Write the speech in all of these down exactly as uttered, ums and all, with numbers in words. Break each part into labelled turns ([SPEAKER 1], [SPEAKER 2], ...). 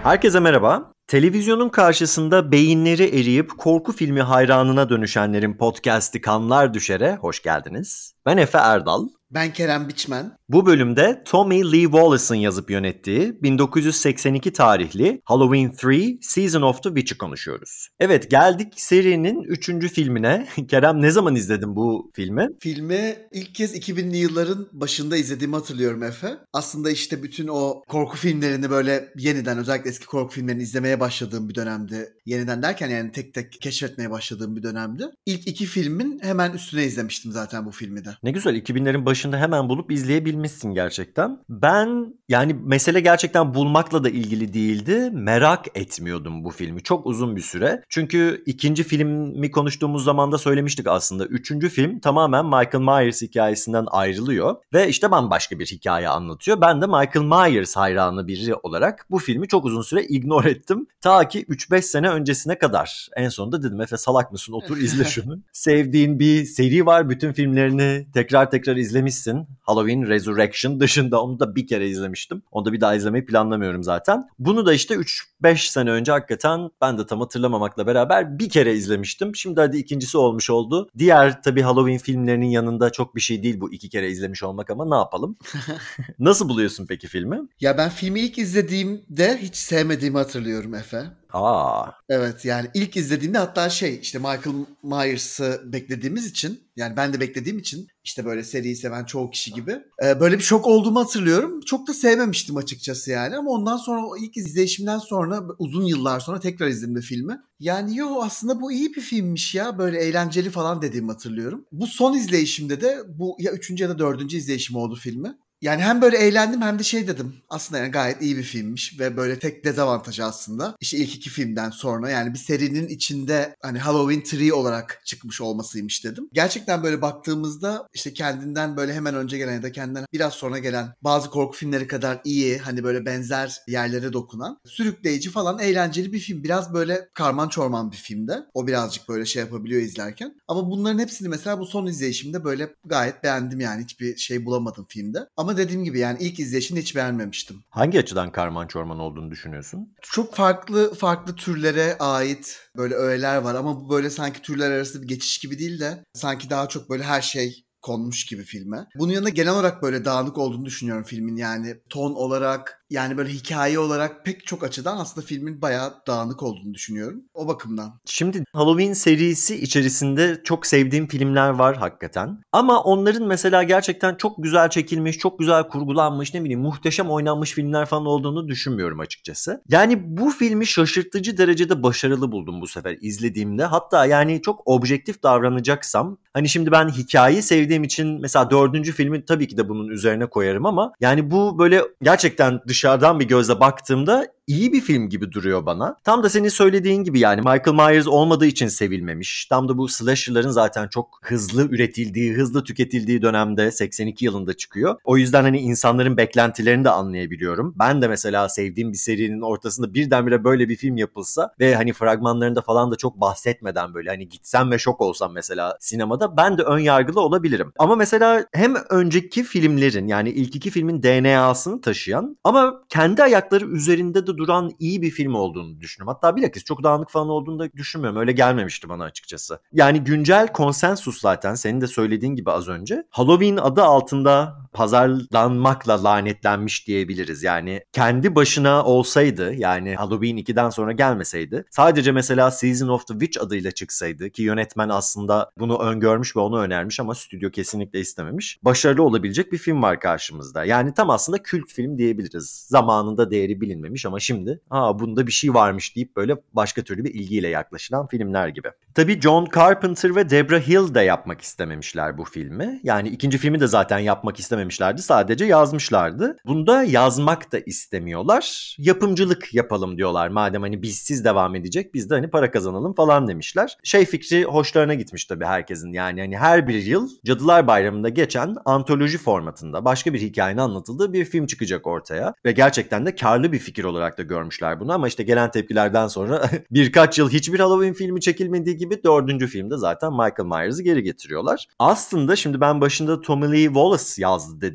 [SPEAKER 1] Herkese merhaba. Televizyonun karşısında beyinleri eriyip korku filmi hayranına dönüşenlerin podcast'i Kanlar Düşer'e hoş geldiniz. Ben Efe Erdal.
[SPEAKER 2] Ben Kerem Biçmen.
[SPEAKER 1] Bu bölümde Tommy Lee Wallace'ın yazıp yönettiği bin dokuz yüz seksen iki tarihli Halloween üç Season of the Witch'i konuşuyoruz. Evet, geldik serinin üçüncü filmine. Kerem, ne zaman izledin bu filmi?
[SPEAKER 2] Filmi ilk kez iki binli yılların başında izlediğimi hatırlıyorum Efe. Aslında işte bütün o korku filmlerini böyle yeniden, özellikle eski korku filmlerini izlemeye başladığım bir dönemdi. Yeniden derken yani tek tek keşfetmeye başladığım bir dönemdi. İlk iki filmin hemen üstüne izlemiştim zaten bu filmi de.
[SPEAKER 1] Ne güzel, iki binlerin başında hemen bulup izleyebilmişsin gerçekten. Ben yani mesele gerçekten bulmakla da ilgili değildi. Merak etmiyordum bu filmi çok uzun bir süre. Çünkü ikinci filmi konuştuğumuz zaman da söylemiştik aslında. Üçüncü film tamamen Michael Myers hikayesinden ayrılıyor. Ve işte bambaşka bir hikaye anlatıyor. Ben de Michael Myers hayranı biri olarak bu filmi çok uzun süre ignore ettim. Ta ki üç beş sene öncesine kadar. En sonunda dedim Efe, salak mısın, otur izle şunu. Sevdiğin bir seri var, bütün filmlerini tekrar tekrar izlemişsin. Halloween Resurrection dışında onu da bir kere izlemiştim. Onu da bir daha izlemeyi planlamıyorum zaten. Bunu da işte üç beş sene önce hakikaten ben de tam hatırlamamakla beraber bir kere izlemiştim. Şimdi hadi ikincisi olmuş oldu. Diğer tabii Halloween filmlerinin yanında çok bir şey değil bu iki kere izlemiş olmak, ama ne yapalım? Nasıl buluyorsun peki filmi?
[SPEAKER 2] Ya ben filmi ilk izlediğimde hiç sevmediğimi hatırlıyorum Efe.
[SPEAKER 1] Aa.
[SPEAKER 2] Evet, yani ilk izlediğimde hatta şey işte Michael Myers'ı beklediğimiz için, yani ben de beklediğim için, işte böyle seriyi seven çoğu kişi gibi e, böyle bir şok olduğumu hatırlıyorum. Çok da sevmemiştim açıkçası yani, ama ondan sonra o ilk izleyişimden sonra uzun yıllar sonra tekrar izledim de filmi. Yani yo, aslında bu iyi bir filmmiş ya, böyle eğlenceli falan dediğimi hatırlıyorum. Bu son izleyişimde de bu ya üçüncü ya da dördüncü izleyişim oldu filmi. Yani hem böyle eğlendim hem de şey dedim. Aslında yani gayet iyi bir filmmiş ve böyle tek dezavantajı aslında İşte ilk iki filmden sonra yani bir serinin içinde hani Halloween üç olarak çıkmış olmasıymış dedim. Gerçekten böyle baktığımızda işte kendinden böyle hemen önce gelen ya da kendinden biraz sonra gelen bazı korku filmleri kadar iyi, hani böyle benzer yerlere dokunan, sürükleyici falan, eğlenceli bir film. Biraz böyle karman çorman bir filmde. O birazcık böyle şey yapabiliyor izlerken. Ama bunların hepsini mesela bu son izleyişimde böyle gayet beğendim yani. Hiçbir şey bulamadım filmde. Ama dediğim gibi yani ilk izleyişimde hiç beğenmemiştim.
[SPEAKER 1] Hangi açıdan karman çorman olduğunu düşünüyorsun?
[SPEAKER 2] Çok farklı farklı türlere ait böyle öğeler var, ama bu böyle sanki türler arası bir geçiş gibi değil de sanki daha çok böyle her şey konmuş gibi filme. Bunun yanında genel olarak böyle dağınık olduğunu düşünüyorum filmin, yani ton olarak, yani böyle hikaye olarak pek çok açıdan aslında filmin bayağı dağınık olduğunu düşünüyorum. O bakımdan.
[SPEAKER 1] Şimdi Halloween serisi içerisinde çok sevdiğim filmler var hakikaten. Ama onların mesela gerçekten çok güzel çekilmiş, çok güzel kurgulanmış, ne bileyim muhteşem oynanmış filmler falan olduğunu düşünmüyorum açıkçası. Yani bu filmi şaşırtıcı derecede başarılı buldum bu sefer izlediğimde. Hatta yani çok objektif davranacaksam, hani şimdi ben hikayeyi sevdiğim için mesela dördüncü filmi tabii ki de bunun üzerine koyarım, ama yani bu böyle gerçekten dışarıdan bir gözle baktığımda iyi bir film gibi duruyor bana. Tam da senin söylediğin gibi yani Michael Myers olmadığı için sevilmemiş. Tam da bu slasher'ların zaten çok hızlı üretildiği, hızlı tüketildiği dönemde seksen iki yılında çıkıyor. O yüzden hani insanların beklentilerini de anlayabiliyorum. Ben de mesela sevdiğim bir serinin ortasında birdenbire böyle bir film yapılsa ve hani fragmanlarında falan da çok bahsetmeden böyle hani gitsem ve şok olsam mesela sinemada, ben de ön yargılı olabilirim. Ama mesela hem önceki filmlerin, yani ilk iki filmin D N A'sını taşıyan ama kendi ayakları üzerinde de duran iyi bir film olduğunu düşünüyorum. Hatta bilakis çok dağınık falan olduğunu da düşünmüyorum. Öyle gelmemişti bana açıkçası. Yani güncel konsensus zaten senin de söylediğin gibi az önce Halloween adı altında pazarlanmakla lanetlenmiş diyebiliriz. Yani kendi başına olsaydı, yani Halloween ikiden sonra gelmeseydi, sadece mesela Season of the Witch adıyla çıksaydı, ki yönetmen aslında bunu öngörmüş ve onu önermiş ama stüdyo kesinlikle istememiş, başarılı olabilecek bir film var karşımızda. Yani tam aslında kült film diyebiliriz. Zamanında değeri bilinmemiş ama şimdi aa bunda bir şey varmış deyip böyle başka türlü bir ilgiyle yaklaşılan filmler gibi. Tabii John Carpenter ve Debra Hill de yapmak istememişler bu filmi. Yani ikinci filmi de zaten yapmak istememişlerdi. Sadece yazmışlardı. Bunda yazmak da istemiyorlar. Yapımcılık yapalım diyorlar. Madem hani bizsiz devam edecek, biz de hani para kazanalım falan demişler. Şey fikri hoşlarına gitmiş tabii herkesin. Yani hani her bir yıl Cadılar Bayramı'nda geçen antoloji formatında başka bir hikayenin anlatıldığı bir film çıkacak ortaya. Ve gerçekten de karlı bir fikir olarak da görmüşler bunu, ama işte gelen tepkilerden sonra birkaç yıl hiçbir Halloween filmi çekilmediği gibi dördüncü filmde zaten Michael Myers'ı geri getiriyorlar. Aslında şimdi ben başında Tommy Lee Wallace yazdı dedim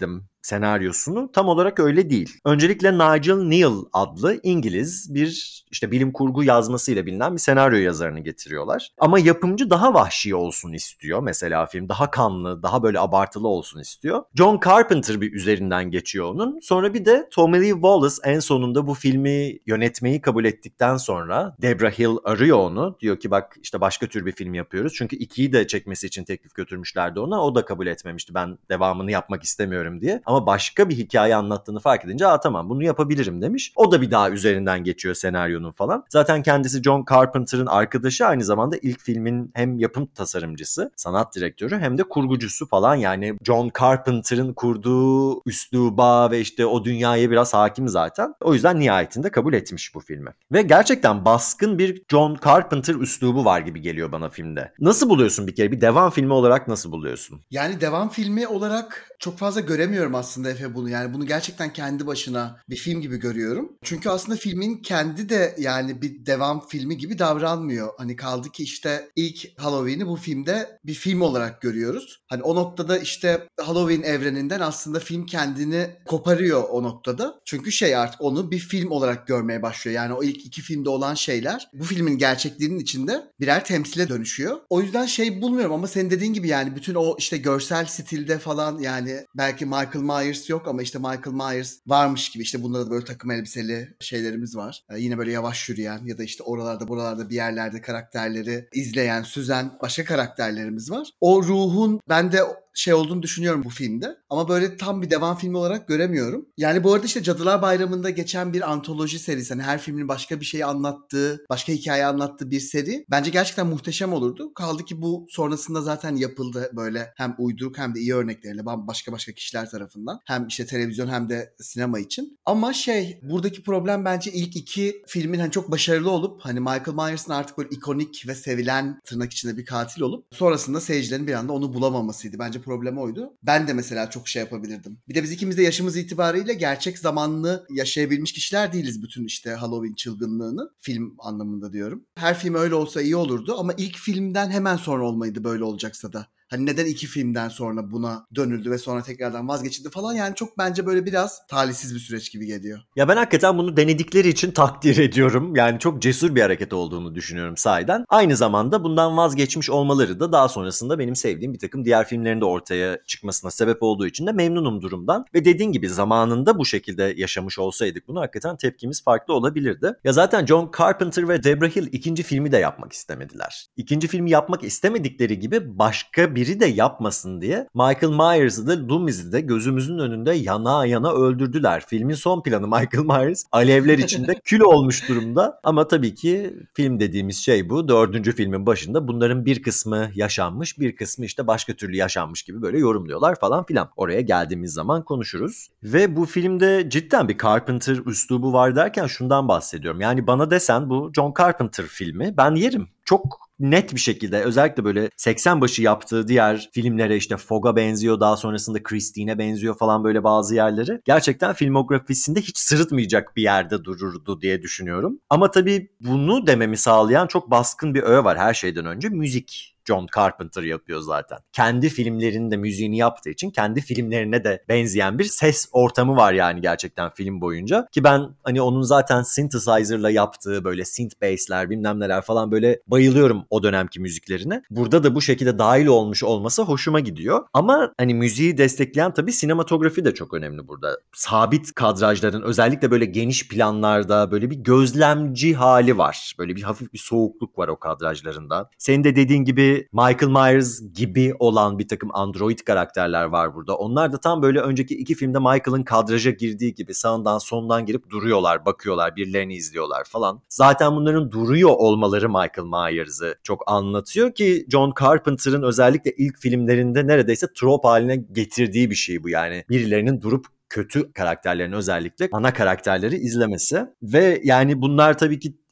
[SPEAKER 1] senaryosunu tam olarak öyle değil. Öncelikle Nigel Neal adlı İngiliz bir işte bilim kurgu yazmasıyla bilinen bir senaryo yazarını getiriyorlar. Ama yapımcı daha vahşi olsun istiyor mesela film. Daha kanlı, daha böyle abartılı olsun istiyor. John Carpenter bir üzerinden geçiyor onun. Sonra bir de Tommy Lee Wallace en sonunda bu filmi yönetmeyi kabul ettikten sonra Debra Hill arıyor onu. Diyor ki bak işte başka tür bir film yapıyoruz. Çünkü ikiyi de çekmesi için teklif götürmüşlerdi ona. O da kabul etmemişti. Ben devamını yapmak istemiyorum diye. Ama başka bir hikaye anlattığını fark edince aa tamam bunu yapabilirim demiş. O da bir daha üzerinden geçiyor senaryonun falan. Zaten kendisi John Carpenter'ın arkadaşı, aynı zamanda ilk filmin hem yapım tasarımcısı, sanat direktörü hem de kurgucusu falan. Yani John Carpenter'ın kurduğu üsluba ve işte o dünyaya biraz hakim zaten. O yüzden nihayetinde kabul etmiş bu filmi. Ve gerçekten baskın bir John Carpenter üslubu var gibi geliyor bana filmde. Nasıl buluyorsun bir kere? Bir devam filmi olarak nasıl buluyorsun?
[SPEAKER 2] Yani devam filmi olarak çok fazla göremiyorum aslında Efe bunu. Yani bunu gerçekten kendi başına bir film gibi görüyorum. Çünkü aslında filmin kendi de yani bir devam filmi gibi davranmıyor. Hani kaldı ki işte ilk Halloween'i bu filmde bir film olarak görüyoruz. Hani o noktada işte Halloween evreninden aslında film kendini koparıyor o noktada. Çünkü şey artık onu bir film olarak görmeye başlıyor. Yani o ilk iki filmde olan şeyler bu filmin gerçekliğinin içinde birer temsile dönüşüyor. O yüzden şey bulmuyorum ama senin dediğin gibi yani bütün o işte görsel stilde falan yani belki Michael Myers yok ama işte Michael Myers varmış gibi işte bunda da böyle takım elbiseli şeylerimiz var. Ee, yine böyle yavaş yürüyen ya da işte oralarda buralarda bir yerlerde karakterleri izleyen, süzen başka karakterlerimiz var. O ruhun bende şey olduğunu düşünüyorum bu filmde. Ama böyle tam bir devam filmi olarak göremiyorum. Yani bu arada işte Cadılar Bayramı'nda geçen bir antoloji serisi. Hani her filmin başka bir şeyi anlattığı, başka hikaye anlattığı bir seri. Bence gerçekten muhteşem olurdu. Kaldı ki bu sonrasında zaten yapıldı böyle hem uyduruk hem de iyi örnekleriyle başka başka kişiler tarafından. Hem işte televizyon hem de sinema için. Ama şey buradaki problem bence ilk iki filmin hani çok başarılı olup hani Michael Myers'ın artık böyle ikonik ve sevilen tırnak içinde bir katil olup sonrasında seyircilerin bir anda onu bulamamasıydı. Bence problem oydu. Ben de mesela çok şey yapabilirdim. Bir de biz ikimiz de yaşımız itibariyle gerçek zamanlı yaşayabilmiş kişiler değiliz bütün işte Halloween çılgınlığını. Film anlamında diyorum. Her film öyle olsa iyi olurdu ama ilk filmden hemen sonra olmaydı böyle olacaksa da. Hani neden iki filmden sonra buna dönüldü ve sonra tekrardan vazgeçildi falan yani çok bence böyle biraz talihsiz bir süreç gibi geliyor.
[SPEAKER 1] Ya ben hakikaten bunu denedikleri için takdir ediyorum. Yani çok cesur bir hareket olduğunu düşünüyorum sahiden. Aynı zamanda bundan vazgeçmiş olmaları da daha sonrasında benim sevdiğim bir takım diğer filmlerin de ortaya çıkmasına sebep olduğu için de memnunum durumdan. Ve dediğin gibi zamanında bu şekilde yaşamış olsaydık bunu hakikaten tepkimiz farklı olabilirdi. Ya zaten John Carpenter ve Debra Hill ikinci filmi de yapmak istemediler. İkinci filmi yapmak istemedikleri gibi başka bir biri de yapmasın diye Michael Myers'ı da Loomis'i de gözümüzün önünde yana yana öldürdüler. Filmin son planı Michael Myers alevler içinde kül olmuş durumda. Ama tabii ki film dediğimiz şey bu. Dördüncü filmin başında bunların bir kısmı yaşanmış, bir kısmı işte başka türlü yaşanmış gibi böyle yorumluyorlar falan filan. Oraya geldiğimiz zaman konuşuruz. Ve bu filmde cidden bir Carpenter üslubu var derken şundan bahsediyorum. Yani bana desen bu John Carpenter filmi ben yerim. Çok net bir şekilde özellikle böyle seksen başı yaptığı diğer filmlere işte Fog'a benziyor, daha sonrasında Christine'e benziyor falan böyle bazı yerleri. Gerçekten filmografisinde hiç sırıtmayacak bir yerde dururdu diye düşünüyorum. Ama tabii bunu dememi sağlayan çok baskın bir öğe var her şeyden önce. Müzik. John Carpenter yapıyor zaten. Kendi filmlerinin de müziğini yaptığı için kendi filmlerine de benzeyen bir ses ortamı var yani gerçekten film boyunca. Ki ben hani onun zaten synthesizer'la yaptığı böyle synth bass'ler bilmem neler falan böyle bayılıyorum o dönemki müziklerine. Burada da bu şekilde dahil olmuş olması hoşuma gidiyor. Ama hani müziği destekleyen tabii sinematografi de çok önemli burada. Sabit kadrajların özellikle böyle geniş planlarda böyle bir gözlemci hali var. Böyle bir hafif bir soğukluk var o kadrajlarında. Senin de dediğin gibi Michael Myers gibi olan bir takım android karakterler var burada. Onlar da tam böyle önceki iki filmde Michael'ın kadraja girdiği gibi sağından solundan girip duruyorlar, bakıyorlar, birilerini izliyorlar falan. Zaten bunların duruyor olmaları Michael Myers'ı çok anlatıyor ki John Carpenter'ın özellikle ilk filmlerinde neredeyse trop haline getirdiği bir şey bu yani. Birilerinin durup kötü karakterlerin özellikle ana karakterleri izlemesi ve yani bunlar tabii ki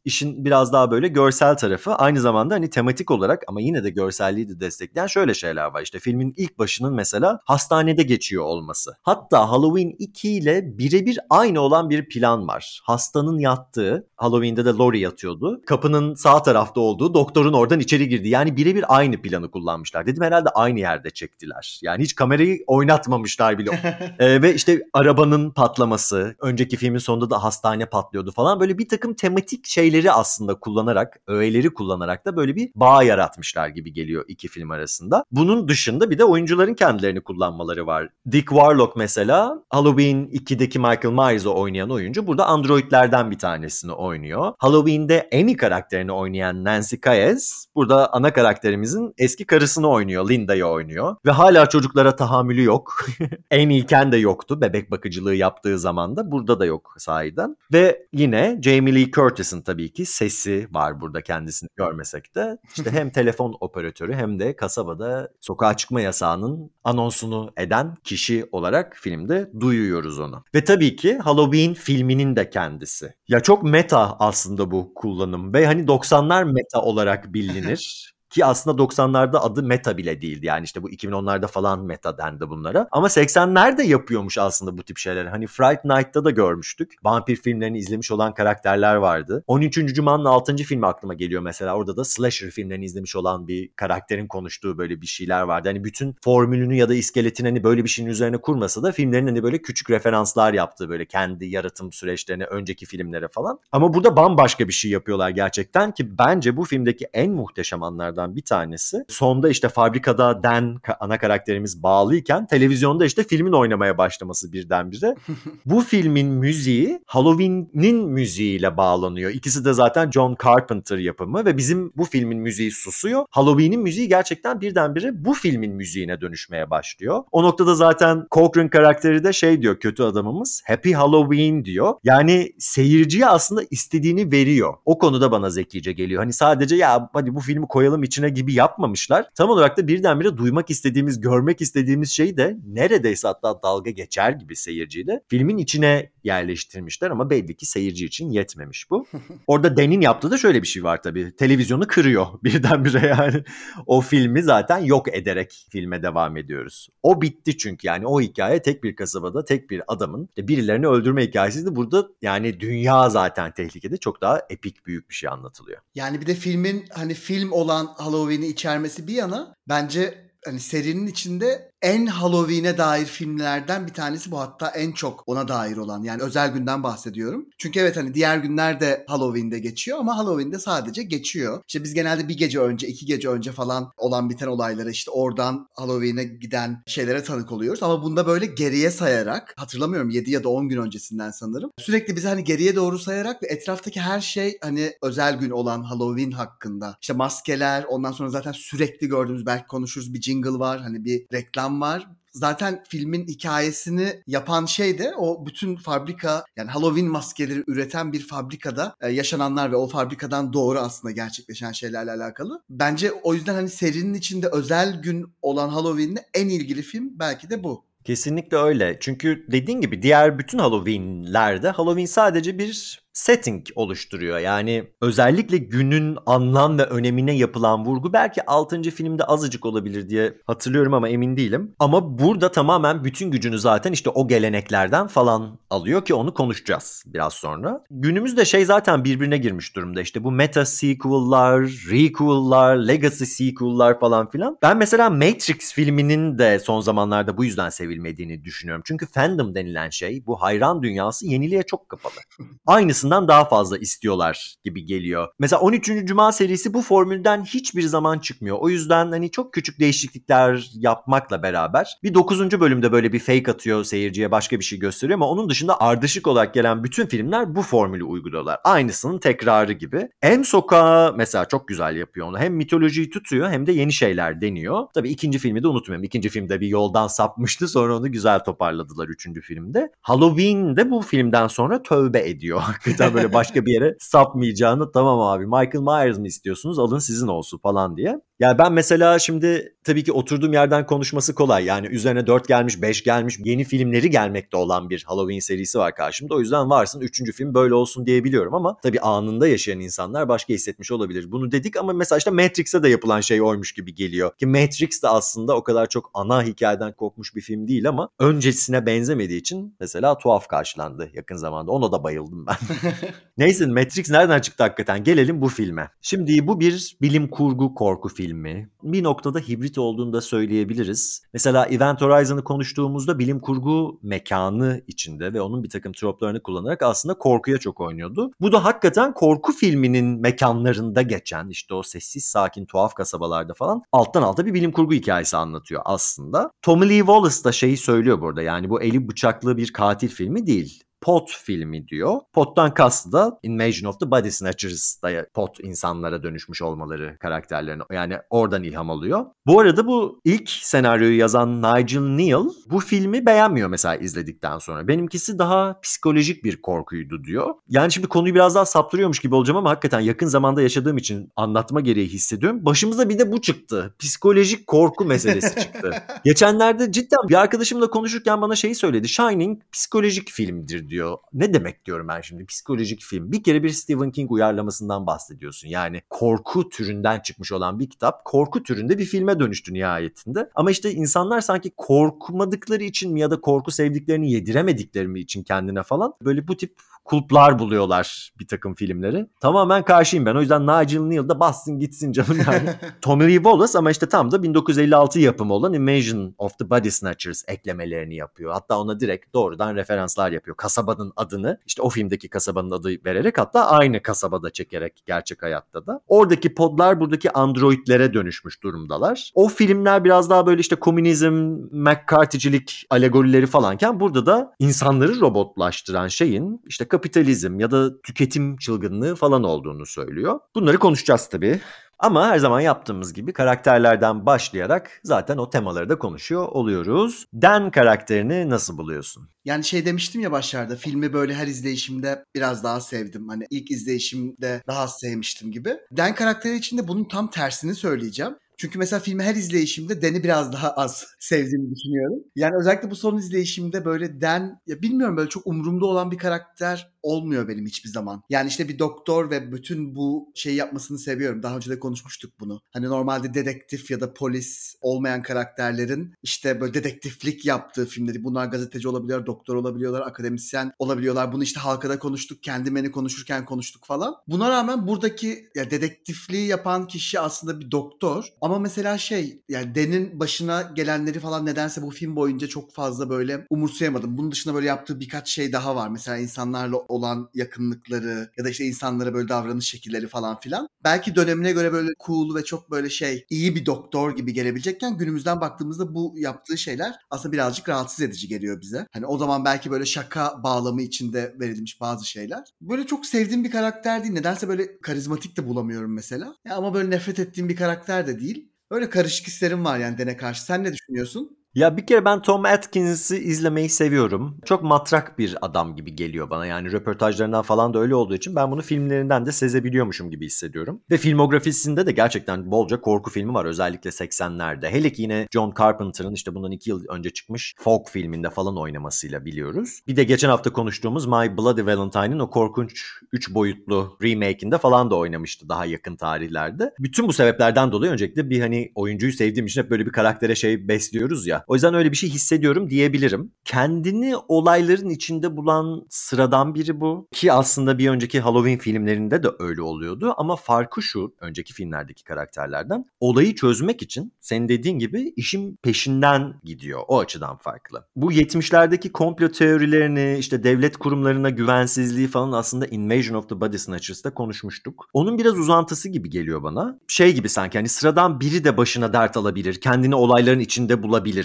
[SPEAKER 1] işin biraz daha böyle görsel tarafı. Aynı zamanda hani tematik olarak ama yine de görselliği de destekleyen şöyle şeyler var. İşte filmin ilk başının mesela hastanede geçiyor olması. Hatta Halloween iki ile birebir aynı olan bir plan var. Hastanın yattığı, Halloween'de de Laurie yatıyordu. Kapının sağ tarafta olduğu, doktorun oradan içeri girdi. Yani birebir aynı planı kullanmışlar. Dedim herhalde aynı yerde çektiler. Yani hiç kamerayı oynatmamışlar bile. ee, ve işte arabanın patlaması, önceki filmin sonunda da hastane patlıyordu falan. Böyle bir takım tematik şeyleri aslında kullanarak, öğeleri kullanarak da böyle bir bağ yaratmışlar gibi geliyor iki film arasında. Bunun dışında bir de oyuncuların kendilerini kullanmaları var. Dick Warlock mesela Halloween ikideki Michael Myers'ı oynayan oyuncu burada androidlerden bir tanesini oynuyor. Halloween'de Amy karakterini oynayan Nancy Kyes burada ana karakterimizin eski karısını oynuyor, Linda'yı oynuyor. Ve hala çocuklara tahammülü yok. Amy'ken de yoktu bebek bakıcılığı yaptığı zaman da, burada da yok sahiden. Ve yine Jamie Lee Curtis'in tabii ki sesi var burada, kendisini görmesek de. İşte hem telefon operatörü hem de kasabada sokağa çıkma yasağının anonsunu eden kişi olarak filmde duyuyoruz onu. Ve tabii ki Halloween filminin de kendisi. Ya çok meta aslında bu kullanım ve hani doksanlar meta olarak bilinir. Ki aslında doksanlarda adı meta bile değildi. Yani işte bu iki bin onlarda falan meta dendi bunlara. Ama seksenlerde yapıyormuş aslında bu tip şeyler. Hani Fright Night'ta da görmüştük. Vampir filmlerini izlemiş olan karakterler vardı. on üçüncü Cuma'nın altıncı filmi aklıma geliyor mesela. Orada da slasher filmlerini izlemiş olan bir karakterin konuştuğu böyle bir şeyler vardı. Hani bütün formülünü ya da iskeletini hani böyle bir şeyin üzerine kurmasa da filmlerin hani böyle küçük referanslar yaptığı, böyle kendi yaratım süreçlerine, önceki filmlere falan. Ama burada bambaşka bir şey yapıyorlar gerçekten ki bence bu filmdeki en muhteşem anlardan bir tanesi. Sonda işte fabrikada Dan ana karakterimiz bağlıyken televizyonda işte filmin oynamaya başlaması birdenbire. Bu filmin müziği Halloween'in müziğiyle bağlanıyor. İkisi de zaten John Carpenter yapımı ve bizim bu filmin müziği susuyor. Halloween'in müziği gerçekten birdenbire bu filmin müziğine dönüşmeye başlıyor. O noktada zaten Cochran karakteri de şey diyor, kötü adamımız, Happy Halloween diyor. Yani seyirciye aslında istediğini veriyor. O konuda bana zekice geliyor. Hani sadece ya hadi bu filmi koyalım içine gibi yapmamışlar. Tam olarak da birdenbire duymak istediğimiz, görmek istediğimiz şeyi de neredeyse hatta dalga geçer gibi seyirciyle filmin içine yerleştirmişler ama belli ki seyirci için yetmemiş bu. Orada Dan'in yaptığı da şöyle bir şey var tabii. Televizyonu kırıyor birdenbire yani. O filmi zaten yok ederek filme devam ediyoruz. O bitti çünkü yani o hikaye tek bir kasabada tek bir adamın birilerini öldürme hikayesiydi. Burada yani dünya zaten tehlikede, çok daha epik büyük bir şey anlatılıyor.
[SPEAKER 2] Yani bir de filmin hani film olan Halloween'i içermesi bir yana, bence hani serinin içinde en Halloween'e dair filmlerden bir tanesi bu, hatta en çok ona dair olan, yani özel günden bahsediyorum. Çünkü evet hani diğer günler de Halloween'de geçiyor ama Halloween'de sadece geçiyor. İşte biz genelde bir gece önce, iki gece önce falan olan biten olaylara, işte oradan Halloween'e giden şeylere tanık oluyoruz. Ama bunda böyle geriye sayarak, hatırlamıyorum yedi ya da on gün öncesinden sanırım. Sürekli bizi hani geriye doğru sayarak ve etraftaki her şey hani özel gün olan Halloween hakkında. İşte maskeler, ondan sonra zaten sürekli gördüğümüz, belki konuşuruz, bir jingle var, hani bir reklam var. Zaten filmin hikayesini yapan şey de o bütün fabrika, yani Halloween maskeleri üreten bir fabrikada e, yaşananlar ve o fabrikadan doğru aslında gerçekleşen şeylerle alakalı. Bence o yüzden hani serinin içinde özel gün olan Halloween'le en ilgili film belki de bu.
[SPEAKER 1] Kesinlikle öyle. Çünkü dediğin gibi diğer bütün Halloween'lerde Halloween sadece bir setting oluşturuyor. Yani özellikle günün anlam ve önemine yapılan vurgu belki altıncı filmde azıcık olabilir diye hatırlıyorum ama emin değilim. Ama burada tamamen bütün gücünü zaten işte o geleneklerden falan alıyor ki onu konuşacağız biraz sonra. Günümüzde şey zaten birbirine girmiş durumda. İşte bu meta sequel'lar, requel'lar, legacy sequel'lar falan filan. Ben mesela Matrix filminin de son zamanlarda bu yüzden sevilmediğini düşünüyorum. Çünkü fandom denilen şey, bu hayran dünyası yeniliğe çok kapalı. Aynısından daha fazla istiyorlar gibi geliyor. Mesela on üçüncü Cuma serisi bu formülden hiçbir zaman çıkmıyor. O yüzden hani çok küçük değişiklikler yapmakla beraber bir dokuzuncu bölümde böyle bir fake atıyor seyirciye, başka bir şey gösteriyor ama onun dışında ardışık olarak gelen bütün filmler bu formülü uyguluyorlar. Aynısının tekrarı gibi. M Sokağı mesela çok güzel yapıyor onu. Hem mitolojiyi tutuyor hem de yeni şeyler deniyor. Tabii ikinci filmi de unutmayalım. İkinci filmde bir yoldan sapmıştı, sonra onu güzel toparladılar üçüncü filmde. Halloween de bu filmden sonra tövbe ediyor. gerçekten böyle başka bir yere sapmayacağını, tamam abi Michael Myers mı istiyorsunuz, alın sizin olsun falan diye. Yani ben mesela şimdi tabii ki oturduğum yerden konuşması kolay. Yani üzerine dört gelmiş, beş gelmiş, yeni filmleri gelmekte olan bir Halloween serisi var karşımda. O yüzden varsın üçüncü film böyle olsun diyebiliyorum ama tabii anında yaşayan insanlar başka hissetmiş olabilir. Bunu dedik ama mesela işte Matrix'e de yapılan şey oymuş gibi geliyor. Ki Matrix de aslında o kadar çok ana hikayeden kopmuş bir film değil ama öncesine benzemediği için mesela tuhaf karşılandı yakın zamanda. Ona da bayıldım ben. Neyse, Matrix nereden çıktı hakikaten? Gelelim bu filme. Şimdi bu bir bilim kurgu korku filmi. Bir noktada hibrit olduğunu da söyleyebiliriz. Mesela Event Horizon'ı konuştuğumuzda bilim kurgu mekanı içinde ve onun bir takım troplarını kullanarak aslında korkuya çok oynuyordu. Bu da hakikaten korku filminin mekanlarında geçen, işte o sessiz sakin tuhaf kasabalarda falan alttan alta bir bilim kurgu hikayesi anlatıyor aslında. Tommy Lee Wallace da şeyi söylüyor burada, yani bu eli bıçaklı bir katil filmi değil. Pot filmi diyor. Pot'tan kastı da Invasion of the Body Snatchers'da pot insanlara dönüşmüş olmaları karakterlerine. Yani oradan ilham alıyor. Bu arada bu ilk senaryoyu yazan Nigel Neal bu filmi beğenmiyor mesela izledikten sonra. Benimkisi daha psikolojik bir korkuydu diyor. Yani şimdi konuyu biraz daha saptırıyormuş gibi olacağım ama hakikaten yakın zamanda yaşadığım için anlatma gereği hissediyorum. Başımıza bir de bu çıktı. Psikolojik korku meselesi çıktı. Geçenlerde cidden bir arkadaşımla konuşurken bana şeyi söyledi. Shining psikolojik filmdir diyor. Ne demek diyorum ben şimdi psikolojik film? Bir kere bir Stephen King uyarlamasından bahsediyorsun. Yani korku türünden çıkmış olan bir kitap korku türünde bir filme dönüştü nihayetinde. Ama işte insanlar sanki korkmadıkları için mi ya da korku sevdiklerini yediremedikleri mi için kendine falan böyle bu tip kulplar buluyorlar bir takım filmleri. Tamamen karşıyım ben. O yüzden Nigel Neal da bassın gitsin canım yani. Tommy Lee Wallace ama işte tam da bin dokuz yüz elli altı yapımı olan Invasion of the Body Snatchers eklemelerini yapıyor. Hatta ona direkt doğrudan referanslar yapıyor. Kasabanın adını işte o filmdeki kasabanın adı vererek, hatta aynı kasabada çekerek gerçek hayatta da. Oradaki podlar buradaki androidlere dönüşmüş durumdalar. O filmler biraz daha böyle işte komünizm, McCarthy'cilik alegorileri falanken burada da insanları robotlaştıran şeyin işte kapitalizm ya da tüketim çılgınlığı falan olduğunu söylüyor. Bunları konuşacağız tabii. Ama her zaman yaptığımız gibi karakterlerden başlayarak zaten o temaları da konuşuyor oluyoruz. Dan karakterini nasıl buluyorsun?
[SPEAKER 2] Yani şey demiştim ya başlarda, filmi böyle her izleyişimde biraz daha sevdim. Hani ilk izleyişimde daha az sevmiştim gibi. Dan karakteri için de bunun tam tersini söyleyeceğim. Çünkü mesela filmi her izleyişimde Dan'i biraz daha az sevdiğimi düşünüyorum. Yani özellikle bu son izleyişimde böyle Dan, ya bilmiyorum, böyle çok umurumda olan bir karakter olmuyor benim hiçbir zaman. Yani işte bir doktor ve bütün bu şeyi yapmasını seviyorum. Daha önce de konuşmuştuk bunu. Hani normalde dedektif ya da polis olmayan karakterlerin işte böyle dedektiflik yaptığı filmleri. Bunlar gazeteci olabiliyorlar, doktor olabiliyorlar, akademisyen olabiliyorlar. Bunu işte halkada konuştuk, kendi beni konuşurken konuştuk falan. Buna rağmen buradaki ya dedektifliği yapan kişi aslında bir doktor. Ama mesela şey, yani Dan'in başına gelenleri falan nedense bu film boyunca çok fazla böyle umursayamadım. Bunun dışında böyle yaptığı birkaç şey daha var. Mesela insanlarla olan yakınlıkları ya da işte insanlara böyle davranış şekilleri falan filan. Belki dönemine göre böyle cool ve çok böyle şey, iyi bir doktor gibi gelebilecekken günümüzden baktığımızda bu yaptığı şeyler aslında birazcık rahatsız edici geliyor bize. Hani o zaman belki böyle şaka bağlamı içinde verilmiş bazı şeyler. Böyle çok sevdiğim bir karakter değil. Nedense böyle karizmatik de bulamıyorum mesela. Ya ama böyle nefret ettiğim bir karakter de değil. Öyle karışık hislerim var yani Dan'e karşı. Sen ne düşünüyorsun?
[SPEAKER 1] Ya bir kere ben Tom Atkins'i izlemeyi seviyorum. Çok matrak bir adam gibi geliyor bana. Yani röportajlarından falan da öyle olduğu için ben bunu filmlerinden de sezebiliyormuşum gibi hissediyorum. Ve filmografisinde de gerçekten bolca korku filmi var, özellikle seksenlerde. Hele ki yine John Carpenter'ın işte bundan iki yıl önce çıkmış Fog filminde falan oynamasıyla biliyoruz. Bir de geçen hafta konuştuğumuz My Bloody Valentine'ın o korkunç üç boyutlu remake'inde falan da oynamıştı daha yakın tarihlerde. Bütün bu sebeplerden dolayı öncelikle bir hani oyuncuyu sevdiğim için hep böyle bir karaktere şey besliyoruz ya. O yüzden öyle bir şey hissediyorum diyebilirim. Kendini olayların içinde bulan sıradan biri bu. Ki aslında bir önceki Halloween filmlerinde de öyle oluyordu. Ama farkı şu, önceki filmlerdeki karakterlerden. Olayı çözmek için senin dediğin gibi işin peşinden gidiyor. O açıdan farklı. Bu yetmişlerdeki komplo teorilerini, işte devlet kurumlarına güvensizliği falan aslında Invasion of the Body Snatchers'ta konuşmuştuk. Onun biraz uzantısı gibi geliyor bana. Şey gibi sanki hani sıradan biri de başına dert alabilir. Kendini olayların içinde bulabilir.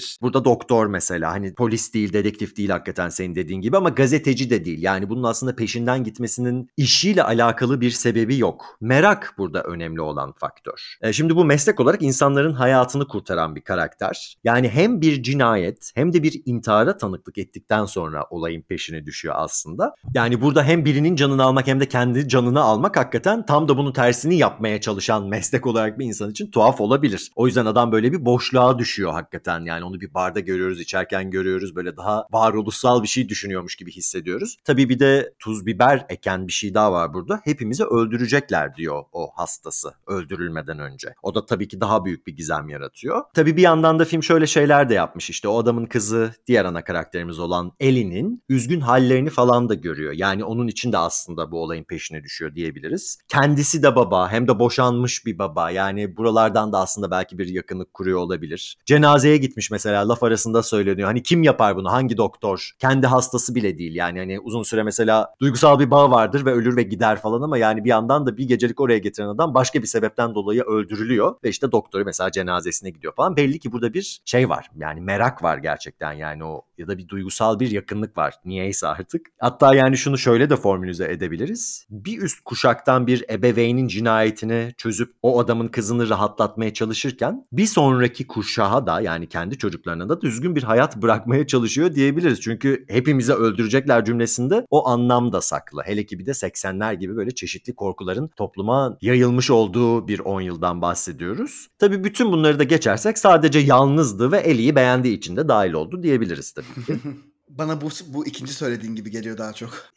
[SPEAKER 1] olabilir. Burada doktor mesela, hani polis değil, dedektif değil hakikaten senin dediğin gibi, ama gazeteci de değil. Yani bunun aslında peşinden gitmesinin işiyle alakalı bir sebebi yok. Merak burada önemli olan faktör. E şimdi bu meslek olarak insanların hayatını kurtaran bir karakter. Yani hem bir cinayet hem de bir intihara tanıklık ettikten sonra olayın peşine düşüyor aslında. Yani burada hem birinin canını almak hem de kendi canını almak hakikaten tam da bunun tersini yapmaya çalışan meslek olarak bir insan için tuhaf olabilir. O yüzden adam böyle bir boşluğa düşüyor hakikaten. Yani onu bir barda görüyoruz, içerken görüyoruz. Böyle daha varoluşsal bir şey düşünüyormuş gibi hissediyoruz. Tabii bir de tuz biber eken bir şey daha var burada. Hepimizi öldürecekler diyor o hastası öldürülmeden önce. O da tabii ki daha büyük bir gizem yaratıyor. Tabii bir yandan da film şöyle şeyler de yapmış. İşte o adamın kızı, diğer ana karakterimiz olan Ellie'nin üzgün hallerini falan da görüyor. Yani onun için de aslında bu olayın peşine düşüyor diyebiliriz. Kendisi de baba, hem de boşanmış bir baba. Yani buralardan da aslında belki bir yakınlık kuruyor olabilir. Cenazeye gitmiş mesela, laf arasında söyleniyor. Hani kim yapar bunu? Hangi doktor? Kendi hastası bile değil. Yani hani uzun süre mesela duygusal bir bağ vardır ve ölür ve gider falan, ama yani bir yandan da bir gecelik oraya getiren adam başka bir sebepten dolayı öldürülüyor ve işte doktoru mesela cenazesine gidiyor falan. Belli ki burada bir şey var. Yani merak var gerçekten, yani o, ya da bir duygusal bir yakınlık var. Niyeyse artık. Hatta yani şunu şöyle de formülize edebiliriz. Bir üst kuşaktan bir ebeveynin cinayetini çözüp o adamın kızını rahatlatmaya çalışırken bir sonraki kuşağa da, yani kendi çocuklarına da düzgün bir hayat bırakmaya çalışıyor diyebiliriz. Çünkü hepimizi öldürecekler cümlesinde o anlam da saklı. Hele ki bir de seksenler gibi böyle çeşitli korkuların topluma yayılmış olduğu bir on yıldan bahsediyoruz. Tabii bütün bunları da geçersek sadece yalnızdı ve Ellie'yi beğendiği için de dahil oldu diyebiliriz tabii ki.
[SPEAKER 2] Bana bu bu ikinci söylediğin gibi geliyor daha çok.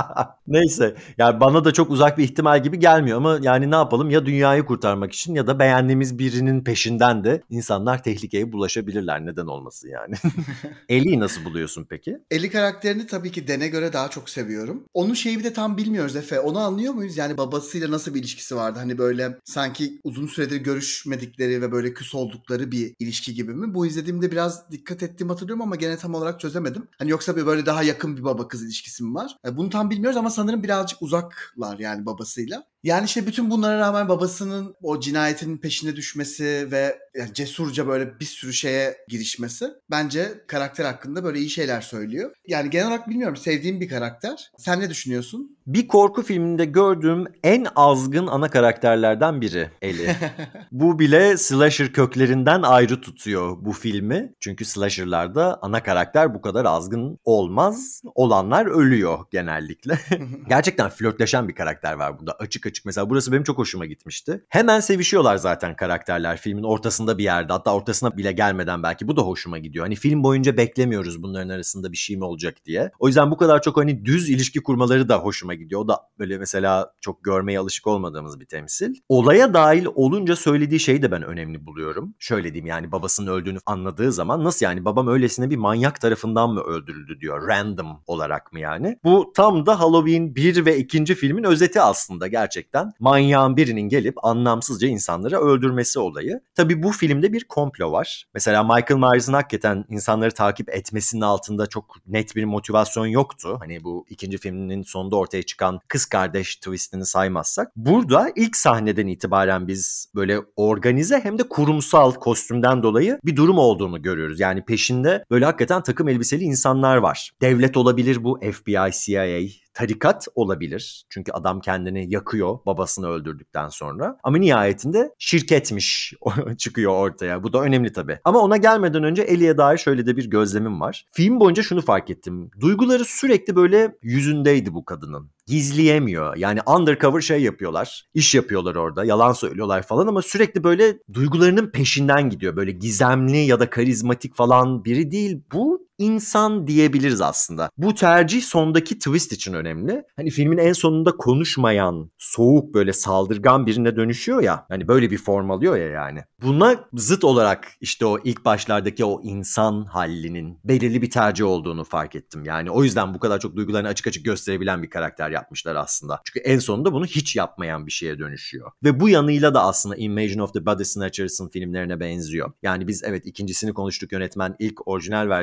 [SPEAKER 1] Neyse, yani bana da çok uzak bir ihtimal gibi gelmiyor ama yani ne yapalım, ya dünyayı kurtarmak için ya da beğendiğimiz birinin peşinden de insanlar tehlikeye bulaşabilirler, neden olmasın yani. Ellie'yi nasıl buluyorsun peki?
[SPEAKER 2] Ellie karakterini tabii ki Den'e göre daha çok seviyorum. Onun şeyi bir de tam bilmiyoruz Efe. Onu anlıyor muyuz? Yani babasıyla nasıl bir ilişkisi vardı? Hani böyle sanki uzun süredir görüşmedikleri ve böyle küs oldukları bir ilişki gibi mi? Bu izlediğimde biraz dikkat ettiğimi hatırlıyorum ama gene tam olarak çözemedim. Hani yoksa bir böyle daha yakın bir baba kız ilişkisi mi var? Bunu tam bilmiyoruz ama sanırım birazcık uzaklar yani babasıyla. Yani işte bütün bunlara rağmen babasının o cinayetin peşine düşmesi ve yani cesurca böyle bir sürü şeye girişmesi bence karakter hakkında böyle iyi şeyler söylüyor. Yani genel olarak bilmiyorum, sevdiğim bir karakter. Sen ne düşünüyorsun?
[SPEAKER 1] Bir korku filminde gördüğüm en azgın ana karakterlerden biri Ellie. Bu bile slasher köklerinden ayrı tutuyor bu filmi. Çünkü slasher'larda ana karakter bu kadar azgın olmaz. Olanlar ölüyor genellikle. Gerçekten flörtleşen bir karakter var burada. Açık açık mesela, burası benim çok hoşuma gitmişti. Hemen sevişiyorlar zaten karakterler filmin ortasında bir yerde. Hatta ortasına bile gelmeden belki, bu da hoşuma gidiyor. Hani film boyunca beklemiyoruz bunların arasında bir şey mi olacak diye. O yüzden bu kadar çok hani düz ilişki kurmaları da hoşuma gidiyor. O da böyle mesela çok görmeye alışık olmadığımız bir temsil. Olaya dahil olunca söylediği şeyi de ben önemli buluyorum. Şöyle diyeyim, yani babasının öldüğünü anladığı zaman nasıl yani babam öylesine bir manyak tarafından mı öldürüldü diyor. Random olarak mı yani? Bu tam da Halloween bir ve ikinci filmin özeti aslında gerçekten. Manyağın birinin gelip anlamsızca insanları öldürmesi olayı. Tabii bu filmde bir komplo var. Mesela Michael Myers'ın hakikaten insanları takip etmesinin altında çok net bir motivasyon yoktu. Hani bu ikinci filminin sonunda ortaya çıkan kız kardeş twistini saymazsak. Burada ilk sahneden itibaren biz böyle organize hem de kurumsal, kostümden dolayı bir durum olduğunu görüyoruz. Yani peşinde böyle hakikaten takım elbiseli insanlar var. Devlet olabilir bu, F B I, C I A, tarikat olabilir. Çünkü adam kendini yakıyor babasını öldürdükten sonra. Ama nihayetinde şirketmiş çıkıyor ortaya. Bu da önemli tabii. Ama ona gelmeden önce Ellie'ye dair şöyle de bir gözlemim var. Film boyunca şunu fark ettim. Duyguları sürekli böyle yüzündeydi bu kadının. Gizleyemiyor. Yani undercover şey yapıyorlar. İş yapıyorlar orada. Yalan söylüyorlar falan ama sürekli böyle duygularının peşinden gidiyor. Böyle gizemli ya da karizmatik falan biri değil. Bu insan diyebiliriz aslında. Bu tercih sondaki twist için önemli. Hani filmin en sonunda konuşmayan, soğuk, böyle saldırgan birine dönüşüyor ya. Hani böyle bir form alıyor ya yani. Buna zıt olarak işte o ilk başlardaki o insan hallinin belirli bir tercih olduğunu fark ettim. Yani o yüzden bu kadar çok duygularını açık açık gösterebilen bir karakter yapmışlar aslında. Çünkü en sonunda bunu hiç yapmayan bir şeye dönüşüyor. Ve bu yanıyla da aslında Invasion of the Body Snatchers'ın filmlerine benziyor. Yani biz evet ikincisini konuştuk, yönetmen ilk orijinal versiyonunu örnek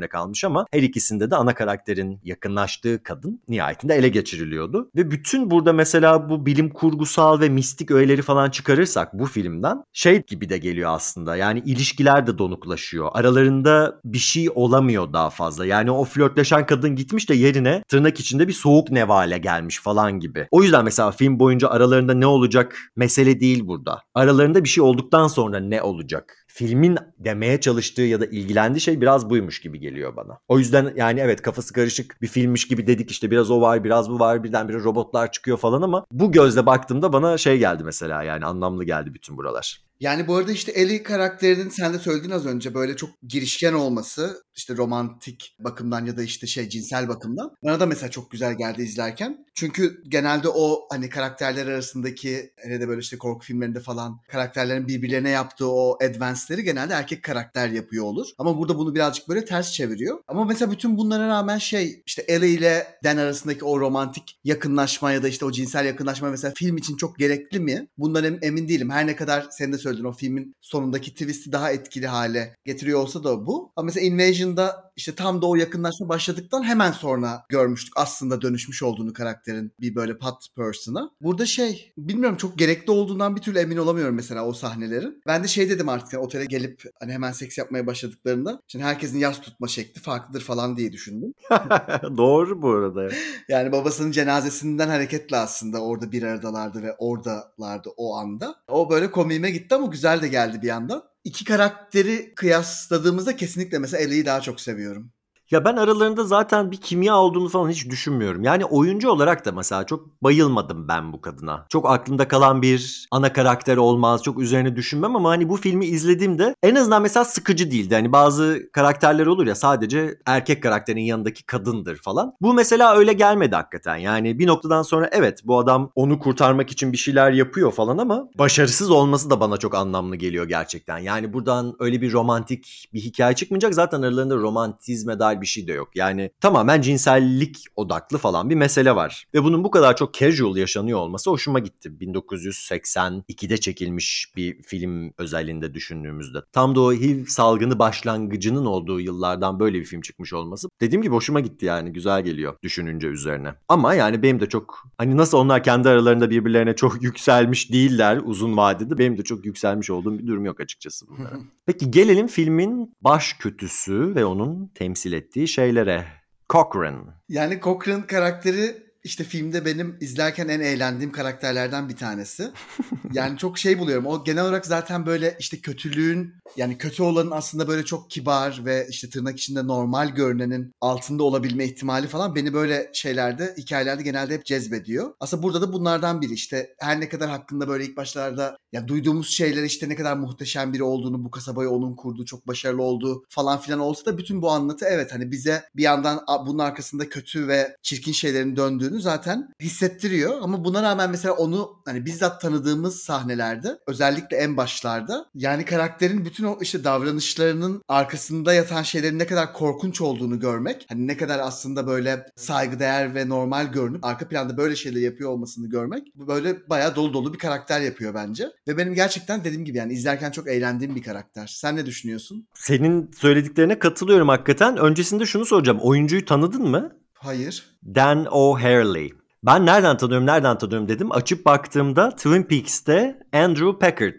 [SPEAKER 1] hamle kalmış ama her ikisinde de ana karakterin yakınlaştığı kadın nihayetinde ele geçiriliyordu. Ve bütün burada mesela bu bilim kurgusal ve mistik öğeleri falan çıkarırsak bu filmden şey gibi de geliyor aslında. Yani ilişkiler de donuklaşıyor. Aralarında bir şey olamıyor daha fazla. Yani o flörtleşen kadın gitmiş de yerine tırnak içinde bir soğuk nevale gelmiş falan gibi. O yüzden mesela film boyunca aralarında ne olacak mesele değil burada. Aralarında bir şey olduktan sonra ne olacak? Filmin demeye çalıştığı ya da ilgilendiği şey biraz buymuş gibi geliyor bana. O yüzden yani evet, kafası karışık bir filmmiş gibi dedik, işte biraz o var biraz bu var, birdenbire robotlar çıkıyor falan ama bu gözle baktığımda bana şey geldi mesela, yani anlamlı geldi bütün buralar.
[SPEAKER 2] Yani bu arada işte Ellie karakterinin sen de söyledin az önce böyle çok girişken olması, işte romantik bakımdan ya da işte şey cinsel bakımdan bana da mesela çok güzel geldi izlerken. Çünkü genelde o hani karakterler arasındaki, hele de böyle işte korku filmlerinde falan karakterlerin birbirlerine yaptığı o advance'leri genelde erkek karakter yapıyor olur. Ama burada bunu birazcık böyle ters çeviriyor. Ama mesela bütün bunlara rağmen şey işte Ellie ile Dan arasındaki o romantik yakınlaşma ya da işte o cinsel yakınlaşma mesela film için çok gerekli mi? Bundan em- emin değilim. Her ne kadar sen de söyledin o filmin sonundaki twist'i daha etkili hale getiriyor olsa da bu. Ama mesela Invasion'da işte tam da o yakınlaşma başladıktan hemen sonra görmüştük aslında dönüşmüş olduğunu karakterin bir böyle pat person'a. Burada şey bilmiyorum, çok gerekli olduğundan bir türlü emin olamıyorum mesela o sahnelerin. Ben de şey dedim artık yani otele gelip hani hemen seks yapmaya başladıklarında şimdi herkesin yas tutma şekli farklıdır falan diye düşündüm.
[SPEAKER 1] Doğru bu arada.
[SPEAKER 2] Yani babasının cenazesinden hareketle aslında orada bir aradalardı ve oradalardı o anda. O böyle komiğime gitti ama güzel de geldi bir yandan. İki karakteri kıyasladığımızda kesinlikle mesela Ellie'yi daha çok seviyorum.
[SPEAKER 1] Ya ben aralarında zaten bir kimya olduğunu falan hiç düşünmüyorum. Yani oyuncu olarak da mesela çok bayılmadım ben bu kadına. Çok aklımda kalan bir ana karakter olmaz. Çok üzerine düşünmem ama hani bu filmi izlediğimde en azından mesela sıkıcı değildi. Hani bazı karakterler olur ya, sadece erkek karakterin yanındaki kadındır falan. Bu mesela öyle gelmedi hakikaten. Yani bir noktadan sonra evet, bu adam onu kurtarmak için bir şeyler yapıyor falan ama başarısız olması da bana çok anlamlı geliyor gerçekten. Yani buradan öyle bir romantik bir hikaye çıkmayacak. Zaten aralarında romantizme dair bir şey de yok. Yani tamamen cinsellik odaklı falan bir mesele var. Ve bunun bu kadar çok casual yaşanıyor olması hoşuma gitti. bin dokuz yüz seksen ikide çekilmiş bir film özelliğinde düşündüğümüzde. Tam da o H I V salgını başlangıcının olduğu yıllardan böyle bir film çıkmış olması, dediğim gibi hoşuma gitti yani. Güzel geliyor düşününce üzerine. Ama yani benim de çok, hani nasıl onlar kendi aralarında birbirlerine çok yükselmiş değiller uzun vadede, benim de çok yükselmiş olduğum bir durum yok açıkçası bunlara. Peki gelelim filmin baş kötüsü ve onun temsil ettiği şeylere. Cochran.
[SPEAKER 2] Yani Cochran karakteri işte filmde benim izlerken en eğlendiğim karakterlerden bir tanesi. Yani çok şey buluyorum. O genel olarak zaten böyle işte kötülüğün, yani kötü olanın aslında böyle çok kibar ve işte tırnak içinde normal görünenin altında olabilme ihtimali falan beni böyle şeylerde, hikayelerde genelde hep cezbediyor. Aslında burada da bunlardan biri. İşte her ne kadar hakkında böyle ilk başlarda ya duyduğumuz şeyler işte ne kadar muhteşem biri olduğunu, bu kasabayı onun kurduğu, çok başarılı olduğu falan filan olsa da bütün bu anlatı evet hani bize bir yandan bunun arkasında kötü ve çirkin şeylerin döndüğünü zaten hissettiriyor. Ama buna rağmen mesela onu hani bizzat tanıdığımız sahnelerde, özellikle en başlarda, yani karakterin bütün o işte davranışlarının arkasında yatan şeylerin ne kadar korkunç olduğunu görmek, hani ne kadar aslında böyle saygıdeğer ve normal görünüp arka planda böyle şeyler yapıyor olmasını görmek böyle bayağı dolu dolu bir karakter yapıyor bence. Ve benim gerçekten dediğim gibi yani izlerken çok eğlendiğim bir karakter. Sen ne düşünüyorsun?
[SPEAKER 1] Senin söylediklerine katılıyorum hakikaten. Öncesinde şunu soracağım. Oyuncuyu tanıdın mı?
[SPEAKER 2] Hayır.
[SPEAKER 1] Dan O'Harely. Ben nereden tanıyorum, nereden tanıyorum dedim. Açıp baktığımda Twin Peaks'te Andrew Packard.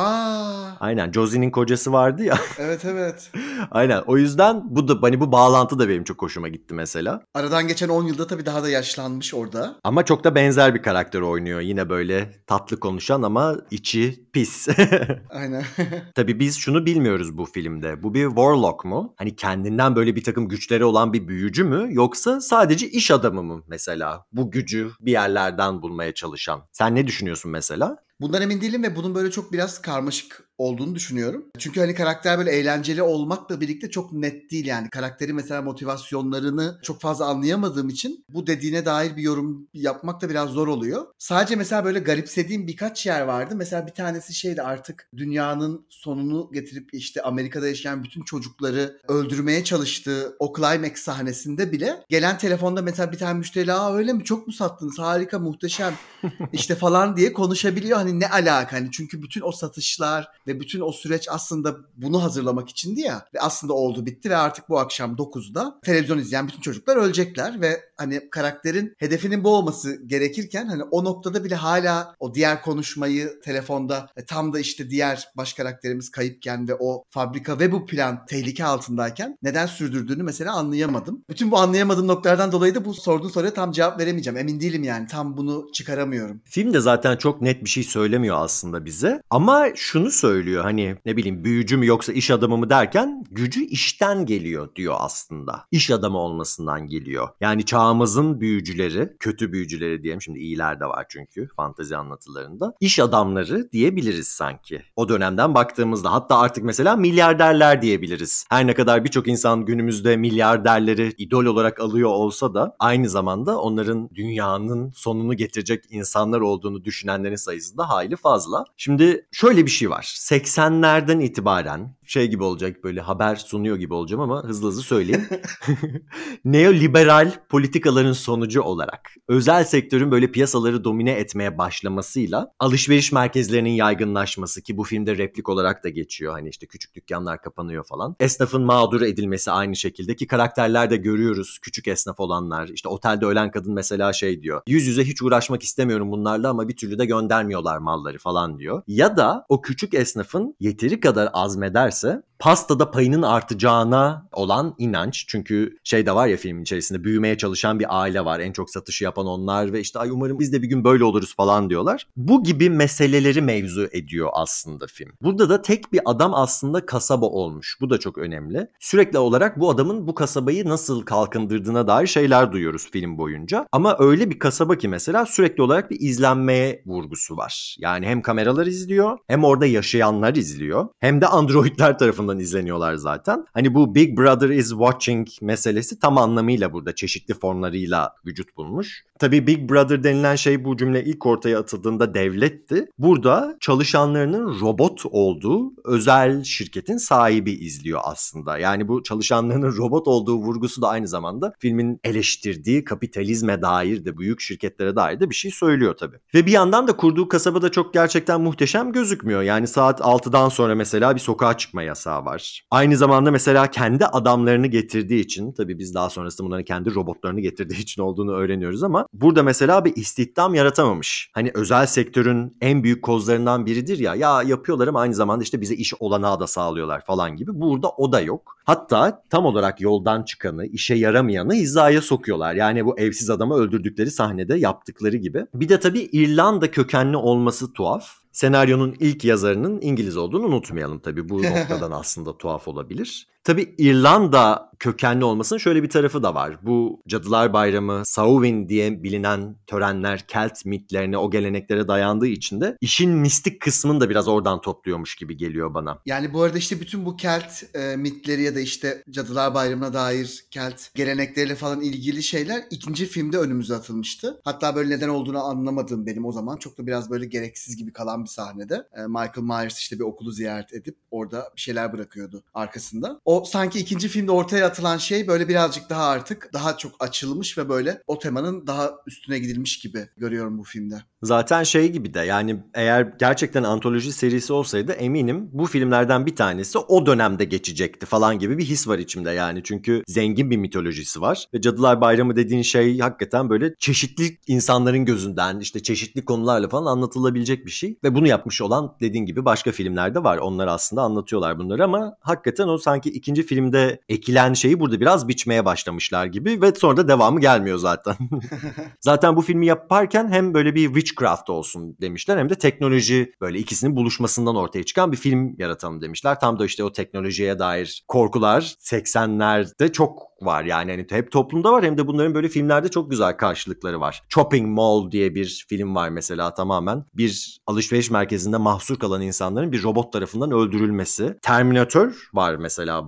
[SPEAKER 2] Aa,
[SPEAKER 1] Aynen, Josie'nin kocası vardı ya.
[SPEAKER 2] evet evet.
[SPEAKER 1] Aynen, o yüzden bu da hani bu bağlantı da benim çok hoşuma gitti mesela.
[SPEAKER 2] Aradan geçen on yılda tabii daha da yaşlanmış orada.
[SPEAKER 1] Ama çok da benzer bir karakter oynuyor. Yine böyle tatlı konuşan ama içi pis.
[SPEAKER 2] Aynen.
[SPEAKER 1] Tabii biz şunu bilmiyoruz bu filmde. Bu bir warlock mu? Hani kendinden böyle bir takım güçleri olan bir büyücü mü? Yoksa sadece iş adamı mı mesela? Bu gücü bir yerlerden bulmaya çalışan. Sen ne düşünüyorsun mesela?
[SPEAKER 2] Bundan emin değilim ve bunun böyle çok biraz karmaşık olduğunu düşünüyorum. Çünkü hani karakter böyle eğlenceli olmakla birlikte çok net değil yani. Karakteri mesela motivasyonlarını çok fazla anlayamadığım için bu dediğine dair bir yorum yapmak da biraz zor oluyor. Sadece mesela böyle garipsediğim birkaç yer vardı. Mesela bir tanesi şeydi, artık dünyanın sonunu getirip işte Amerika'da yaşayan bütün çocukları öldürmeye çalıştığı o climax sahnesinde bile gelen telefonda mesela bir tane müşteri, aa öyle mi, çok mu sattınız, harika, muhteşem işte falan diye konuşabiliyor. Hani ne alaka, hani çünkü bütün o satışlar ve ve bütün o süreç aslında bunu hazırlamak içindi ya. Ve aslında oldu bitti ve artık bu akşam dokuzda televizyon izleyen bütün çocuklar ölecekler ve hani karakterin hedefinin bu olması gerekirken hani o noktada bile hala o diğer konuşmayı telefonda e, tam da işte diğer baş karakterimiz kayıpken ve o fabrika ve bu plan tehlike altındayken neden sürdürdüğünü mesela anlayamadım. Bütün bu anlayamadığım noktalardan dolayı da bu sorduğun soruya tam cevap veremeyeceğim. Emin değilim yani. Tam bunu çıkaramıyorum.
[SPEAKER 1] Film de zaten çok net bir şey söylemiyor aslında bize. Ama şunu söylüyor, hani ne bileyim büyücü mü yoksa iş adamı mı derken gücü işten geliyor diyor aslında. İş adamı olmasından geliyor. Yani çağımızın büyücüleri, kötü büyücüleri diyelim, şimdi iyiler de var çünkü fantezi anlatılarında. İş adamları diyebiliriz sanki. O dönemden baktığımızda hatta artık mesela milyarderler diyebiliriz. Her ne kadar birçok insan günümüzde milyarderleri idol olarak alıyor olsa da aynı zamanda onların dünyanın sonunu getirecek insanlar olduğunu düşünenlerin sayısı da hayli fazla. Şimdi şöyle bir şey var. seksenlerden itibaren şey gibi olacak, böyle haber sunuyor gibi olacağım ama hızlı hızlı söyleyeyim. Neoliberal politikaların sonucu olarak özel sektörün böyle piyasaları domine etmeye başlamasıyla alışveriş merkezlerinin yaygınlaşması, ki bu filmde replik olarak da geçiyor. Hani işte küçük dükkanlar kapanıyor falan. Esnafın mağdur edilmesi aynı şekilde, ki karakterlerde görüyoruz küçük esnaf olanlar. İşte otelde ölen kadın mesela şey diyor. Yüz yüze hiç uğraşmak istemiyorum bunlarla ama bir türlü de göndermiyorlar malları falan diyor. Ya da o küçük esnafın yeteri kadar azmederse pastada payının artacağına olan inanç. Çünkü şey de var ya filmin içerisinde, büyümeye çalışan bir aile var. En çok satışı yapan onlar ve işte ay umarım biz de bir gün böyle oluruz falan diyorlar. Bu gibi meseleleri mevzu ediyor aslında film. Burada da tek bir adam aslında kasaba olmuş. Bu da çok önemli. Sürekli olarak bu adamın bu kasabayı nasıl kalkındırdığına dair şeyler duyuyoruz film boyunca. Ama öyle bir kasaba ki mesela sürekli olarak bir izlenmeye vurgusu var. Yani hem kameralar izliyor, hem orada yaşayanlar izliyor, hem de androidler tarafından izleniyorlar zaten. Hani bu Big Brother is watching meselesi tam anlamıyla burada çeşitli formlarıyla vücut bulmuş. Tabii Big Brother denilen şey bu cümle ilk ortaya atıldığında devletti. Burada çalışanlarının robot olduğu özel şirketin sahibi izliyor aslında. Yani bu çalışanlarının robot olduğu vurgusu da aynı zamanda filmin eleştirdiği kapitalizme dair de, büyük şirketlere dair de bir şey söylüyor tabii. Ve bir yandan da kurduğu kasaba da çok gerçekten muhteşem gözükmüyor. Yani saat altıdan sonra mesela bir sokağa çıkma yasağı var. Aynı zamanda mesela kendi adamlarını getirdiği için, tabii biz daha sonrasında bunların kendi robotlarını getirdiği için olduğunu öğreniyoruz ama burada mesela bir istihdam yaratamamış. Hani özel sektörün en büyük kozlarından biridir ya, ya yapıyorlar ama aynı zamanda işte bize iş olanağı da sağlıyorlar falan gibi. Burada o da yok. Hatta tam olarak yoldan çıkanı, işe yaramayanı hizaya sokuyorlar. Yani bu evsiz adamı öldürdükleri sahnede yaptıkları gibi. Bir de tabii İrlanda kökenli olması tuhaf. Senaryonun ilk yazarının İngiliz olduğunu unutmayalım tabii. Bu noktadan aslında tuhaf olabilir. Tabii İrlanda kökenli olmasının şöyle bir tarafı da var. Bu Cadılar Bayramı, Samhain diye bilinen törenler, Kelt mitlerine, o geleneklere dayandığı için de işin mistik kısmını da biraz oradan topluyormuş gibi geliyor bana.
[SPEAKER 2] Yani bu arada işte bütün bu Kelt e, mitleri ya da işte Cadılar Bayramı'na dair Kelt gelenekleriyle falan ilgili şeyler ikinci filmde önümüze atılmıştı. Hatta böyle neden olduğunu anlamadığım benim o zaman çok da biraz böyle gereksiz gibi kalan bir sahnede. E, Michael Myers işte bir okulu ziyaret edip orada bir şeyler bırakıyordu arkasında. O sanki ikinci filmde ortaya atılan şey böyle birazcık daha artık daha çok açılmış ve böyle o temanın daha üstüne gidilmiş gibi görüyorum bu filmde.
[SPEAKER 1] Zaten şey gibi de, yani eğer gerçekten antoloji serisi olsaydı eminim bu filmlerden bir tanesi o dönemde geçecekti falan gibi bir his var içimde yani. Çünkü zengin bir mitolojisi var ve Cadılar Bayramı dediğin şey hakikaten böyle çeşitli insanların gözünden işte çeşitli konularla falan anlatılabilecek bir şey. Ve bunu yapmış olan dediğin gibi başka filmlerde var. Onlar aslında anlatıyorlar bunları ama hakikaten o sanki ikinci filmde ekilen şeyi burada biraz biçmeye başlamışlar gibi ve sonra da devamı gelmiyor zaten. Zaten bu filmi yaparken hem böyle bir witchcraft olsun demişler hem de teknoloji, böyle ikisinin buluşmasından ortaya çıkan bir film yaratalım demişler. Tam da işte o teknolojiye dair korkular seksenlerde çok var yani, hani hep toplumda var hem de bunların böyle filmlerde çok güzel karşılıkları var. Chopping Mall diye bir film var mesela, tamamen bir alışveriş merkezinde mahsur kalan insanların bir robot tarafından öldürülmesi. Terminator var mesela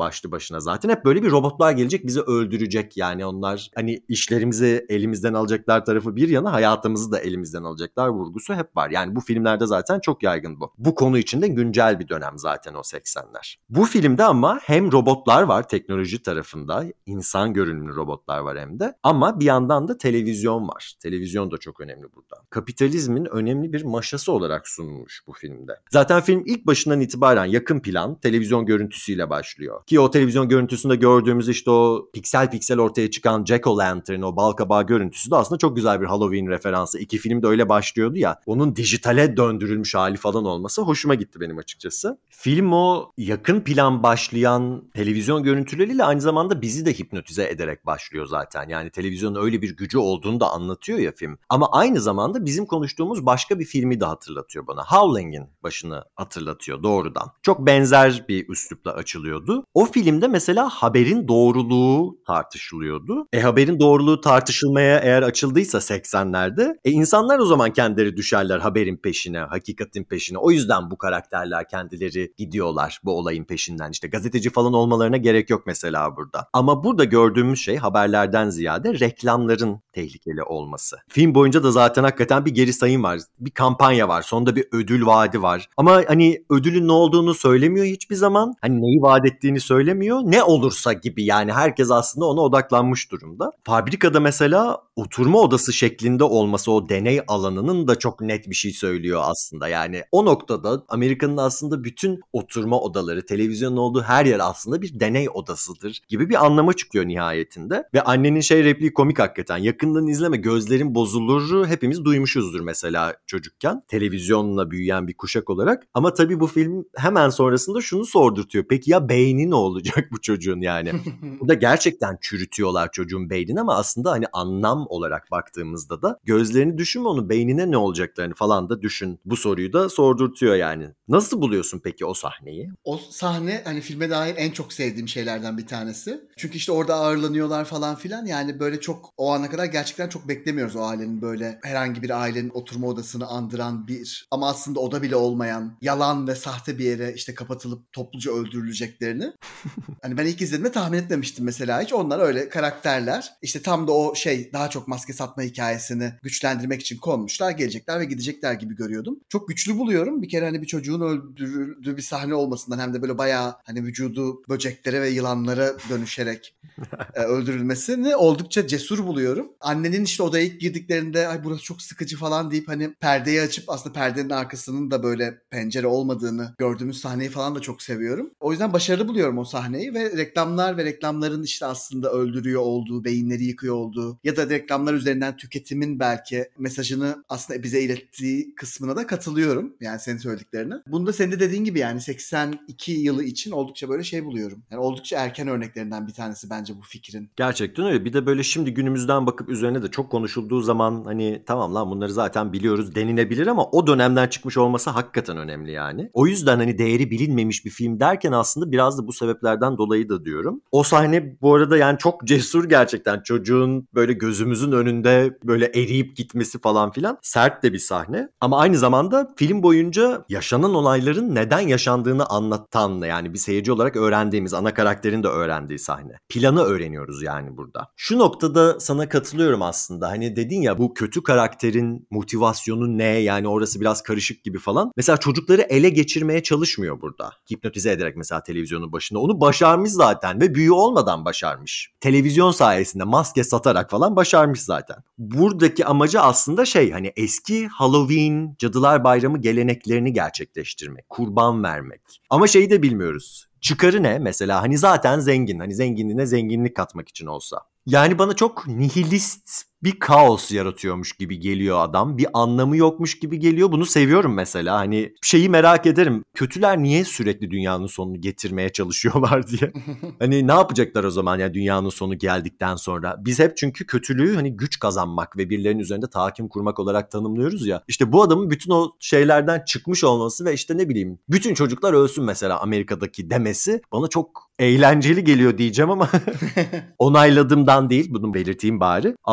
[SPEAKER 1] başlı başına zaten. Hep böyle bir robotlar gelecek bizi öldürecek. Yani onlar hani işlerimizi elimizden alacaklar tarafı bir yana, hayatımızı da elimizden alacaklar vurgusu hep var. Yani bu filmlerde zaten çok yaygın bu. Bu konu için de güncel bir dönem zaten o seksenler. Bu filmde ama hem robotlar var teknoloji tarafında, insan görünümlü robotlar var hem de, ama bir yandan da televizyon var. Televizyon da çok önemli burada. Kapitalizmin önemli bir maşası olarak sunulmuş bu filmde. Zaten film ilk başından itibaren yakın plan televizyon görüntüsüyle başlıyor. Ki o televizyon görüntüsünde gördüğümüz işte o piksel piksel ortaya çıkan Jack-o'-lantern, o balkabağı görüntüsü de aslında çok güzel bir Halloween referansı. İki film de öyle başlıyordu ya. Onun dijitale döndürülmüş hali falan olması hoşuma gitti benim açıkçası. Film o yakın plan başlayan televizyon görüntüleriyle aynı zamanda bizi de hipnotize ederek başlıyor zaten. Yani televizyonun öyle bir gücü olduğunu da anlatıyor ya film. Ama aynı zamanda bizim konuştuğumuz başka bir filmi de hatırlatıyor bana. Howling'in başını hatırlatıyor doğrudan. Çok benzer bir üslupla açılıyordu. O filmde mesela haberin doğruluğu tartışılıyordu. E haberin doğruluğu tartışılmaya eğer açıldıysa seksenlerde, e insanlar o zaman kendileri düşerler haberin peşine, hakikatin peşine. O yüzden bu karakterler kendileri gidiyorlar bu olayın peşinden. İşte gazeteci falan olmalarına gerek yok mesela burada. Ama burada gördüğümüz şey haberlerden ziyade reklamların tehlikeli olması. Film boyunca da zaten hakikaten bir geri sayım var. Bir kampanya var. Sonunda bir ödül vaadi var. Ama hani ödülün ne olduğunu söylemiyor hiçbir zaman. Hani neyi vaat ettiğini söylemiyor. Ne olursa gibi, yani herkes aslında ona odaklanmış durumda. Fabrikada mesela oturma odası şeklinde olması o deney alanının da çok net bir şey söylüyor aslında. Yani o noktada Amerika'nın aslında bütün oturma odaları, televizyonun olduğu her yer aslında bir deney odasıdır gibi bir anlama çıkıyor nihayetinde. Ve annenin şey repliği komik hakikaten. Yakından izleme, gözlerin bozulur, hepimiz duymuşuzdur mesela çocukken. Televizyonla büyüyen bir kuşak olarak. Ama tabii bu film hemen sonrasında şunu sordurtuyor. Peki ya beyni ne olacak bu çocuğun yani? Burada gerçekten çürütüyorlar çocuğun beynini ama aslında hani anlam olarak baktığımızda da gözlerini düşünme, onun beynine ne olacaklarını falan da düşün. Bu soruyu da sordurtuyor yani. Nasıl buluyorsun peki o sahneyi?
[SPEAKER 2] O sahne hani filme dair en çok sevdiğim şeylerden bir tanesi. Çünkü işte orada ağırlanıyorlar falan filan. Yani böyle çok o ana kadar gerçekten çok beklemiyoruz o ailenin, böyle herhangi bir ailenin oturma odasını andıran bir ama aslında oda bile olmayan yalan ve sahte bir yere işte kapatılıp topluca öldürüleceklerini. Hani ben ilk izlediğimde tahmin etmemiştim mesela hiç. Onlar öyle karakterler. İşte tam da o şey, daha çok maske satma hikayesini güçlendirmek için konmuşlar. Gelecekler ve gidecekler gibi görüyordum. Çok güçlü buluyorum. Bir kere hani bir çocuğun öldürüldüğü bir sahne olmasından, hem de böyle bayağı hani vücudu böceklere ve yılanlara dönüşerek e, öldürülmesini oldukça cesur buluyorum. Annenin işte odaya ilk girdiklerinde ay burası çok sıkıcı falan deyip hani perdeyi açıp aslında perdenin arkasının da böyle pencere olmadığını gördüğümüz sahneyi falan da çok seviyorum. O yüzden başarılı buluyorum o sahneyi ve reklamlar ve reklamların işte aslında öldürüyor olduğu, beyinleri yıkıyor olduğu ya da reklamlar üzerinden tüketimin belki mesajını aslında bize ilettiği kısmına da katılıyorum. Yani senin söylediklerine. Bunu da senin de dediğin gibi yani seksen iki yılı için oldukça böyle şey buluyorum. Yani oldukça erken örneklerinden bir tanesi bence bu fikrin.
[SPEAKER 1] Gerçekten öyle. Bir de böyle şimdi günümüzden bakıp üzerine de çok konuşulduğu zaman hani tamam lan bunları zaten biliyoruz denilebilir ama o dönemden çıkmış olması hakikaten önemli yani. O yüzden hani değeri bilinmemiş bir film derken aslında biraz da bu sebeplerden dolayı da diyorum. O sahne bu arada yani çok cesur gerçekten. Çocuğun böyle gözümüzün önünde böyle eriyip gitmesi falan filan sert de bir sahne. Ama aynı zamanda film boyunca yaşanan olayların neden yaşandığını anlatan, yani bir seyirci olarak öğrendiğimiz, ana karakterin de öğrendiği sahne. Planı öğreniyoruz yani burada. Şu noktada sana katılıyorum aslında. Hani dedin ya bu kötü karakterin motivasyonu ne? Yani orası biraz karışık gibi falan. Mesela çocukları ele geçirmeye çalışmıyor burada. Hipnotize ederek mesela televizyonun başında. Onu başarmış zaten ve büyü olmadan başarmış. Televizyon sayesinde maske satarak falan başarmış zaten. Buradaki amacı aslında şey, hani eski Halloween, Cadılar Bayramı geleneklerini gerçekleştirmek. Kurban vermek. Ama şeyi de bilmiyoruz. Çıkarı ne mesela? Hani zaten zengin. Hani zenginliğine zenginlik katmak için olsa. Yani bana çok nihilist bir kaos yaratıyormuş gibi geliyor adam. Bir anlamı yokmuş gibi geliyor. Bunu seviyorum mesela. Hani şeyi merak ederim. Kötüler niye sürekli dünyanın sonunu getirmeye çalışıyorlar diye. Hani ne yapacaklar o zaman ya dünyanın sonu geldikten sonra? Biz hep çünkü kötülüğü hani güç kazanmak ve birilerinin üzerinde tahakküm kurmak olarak tanımlıyoruz ya. İşte bu adamın bütün o şeylerden çıkmış olması ve işte ne bileyim bütün çocuklar ölsün mesela Amerika'daki demesi bana çok eğlenceli geliyor diyeceğim ama onayladığımdan değil, bunu belirteyim bari. Ama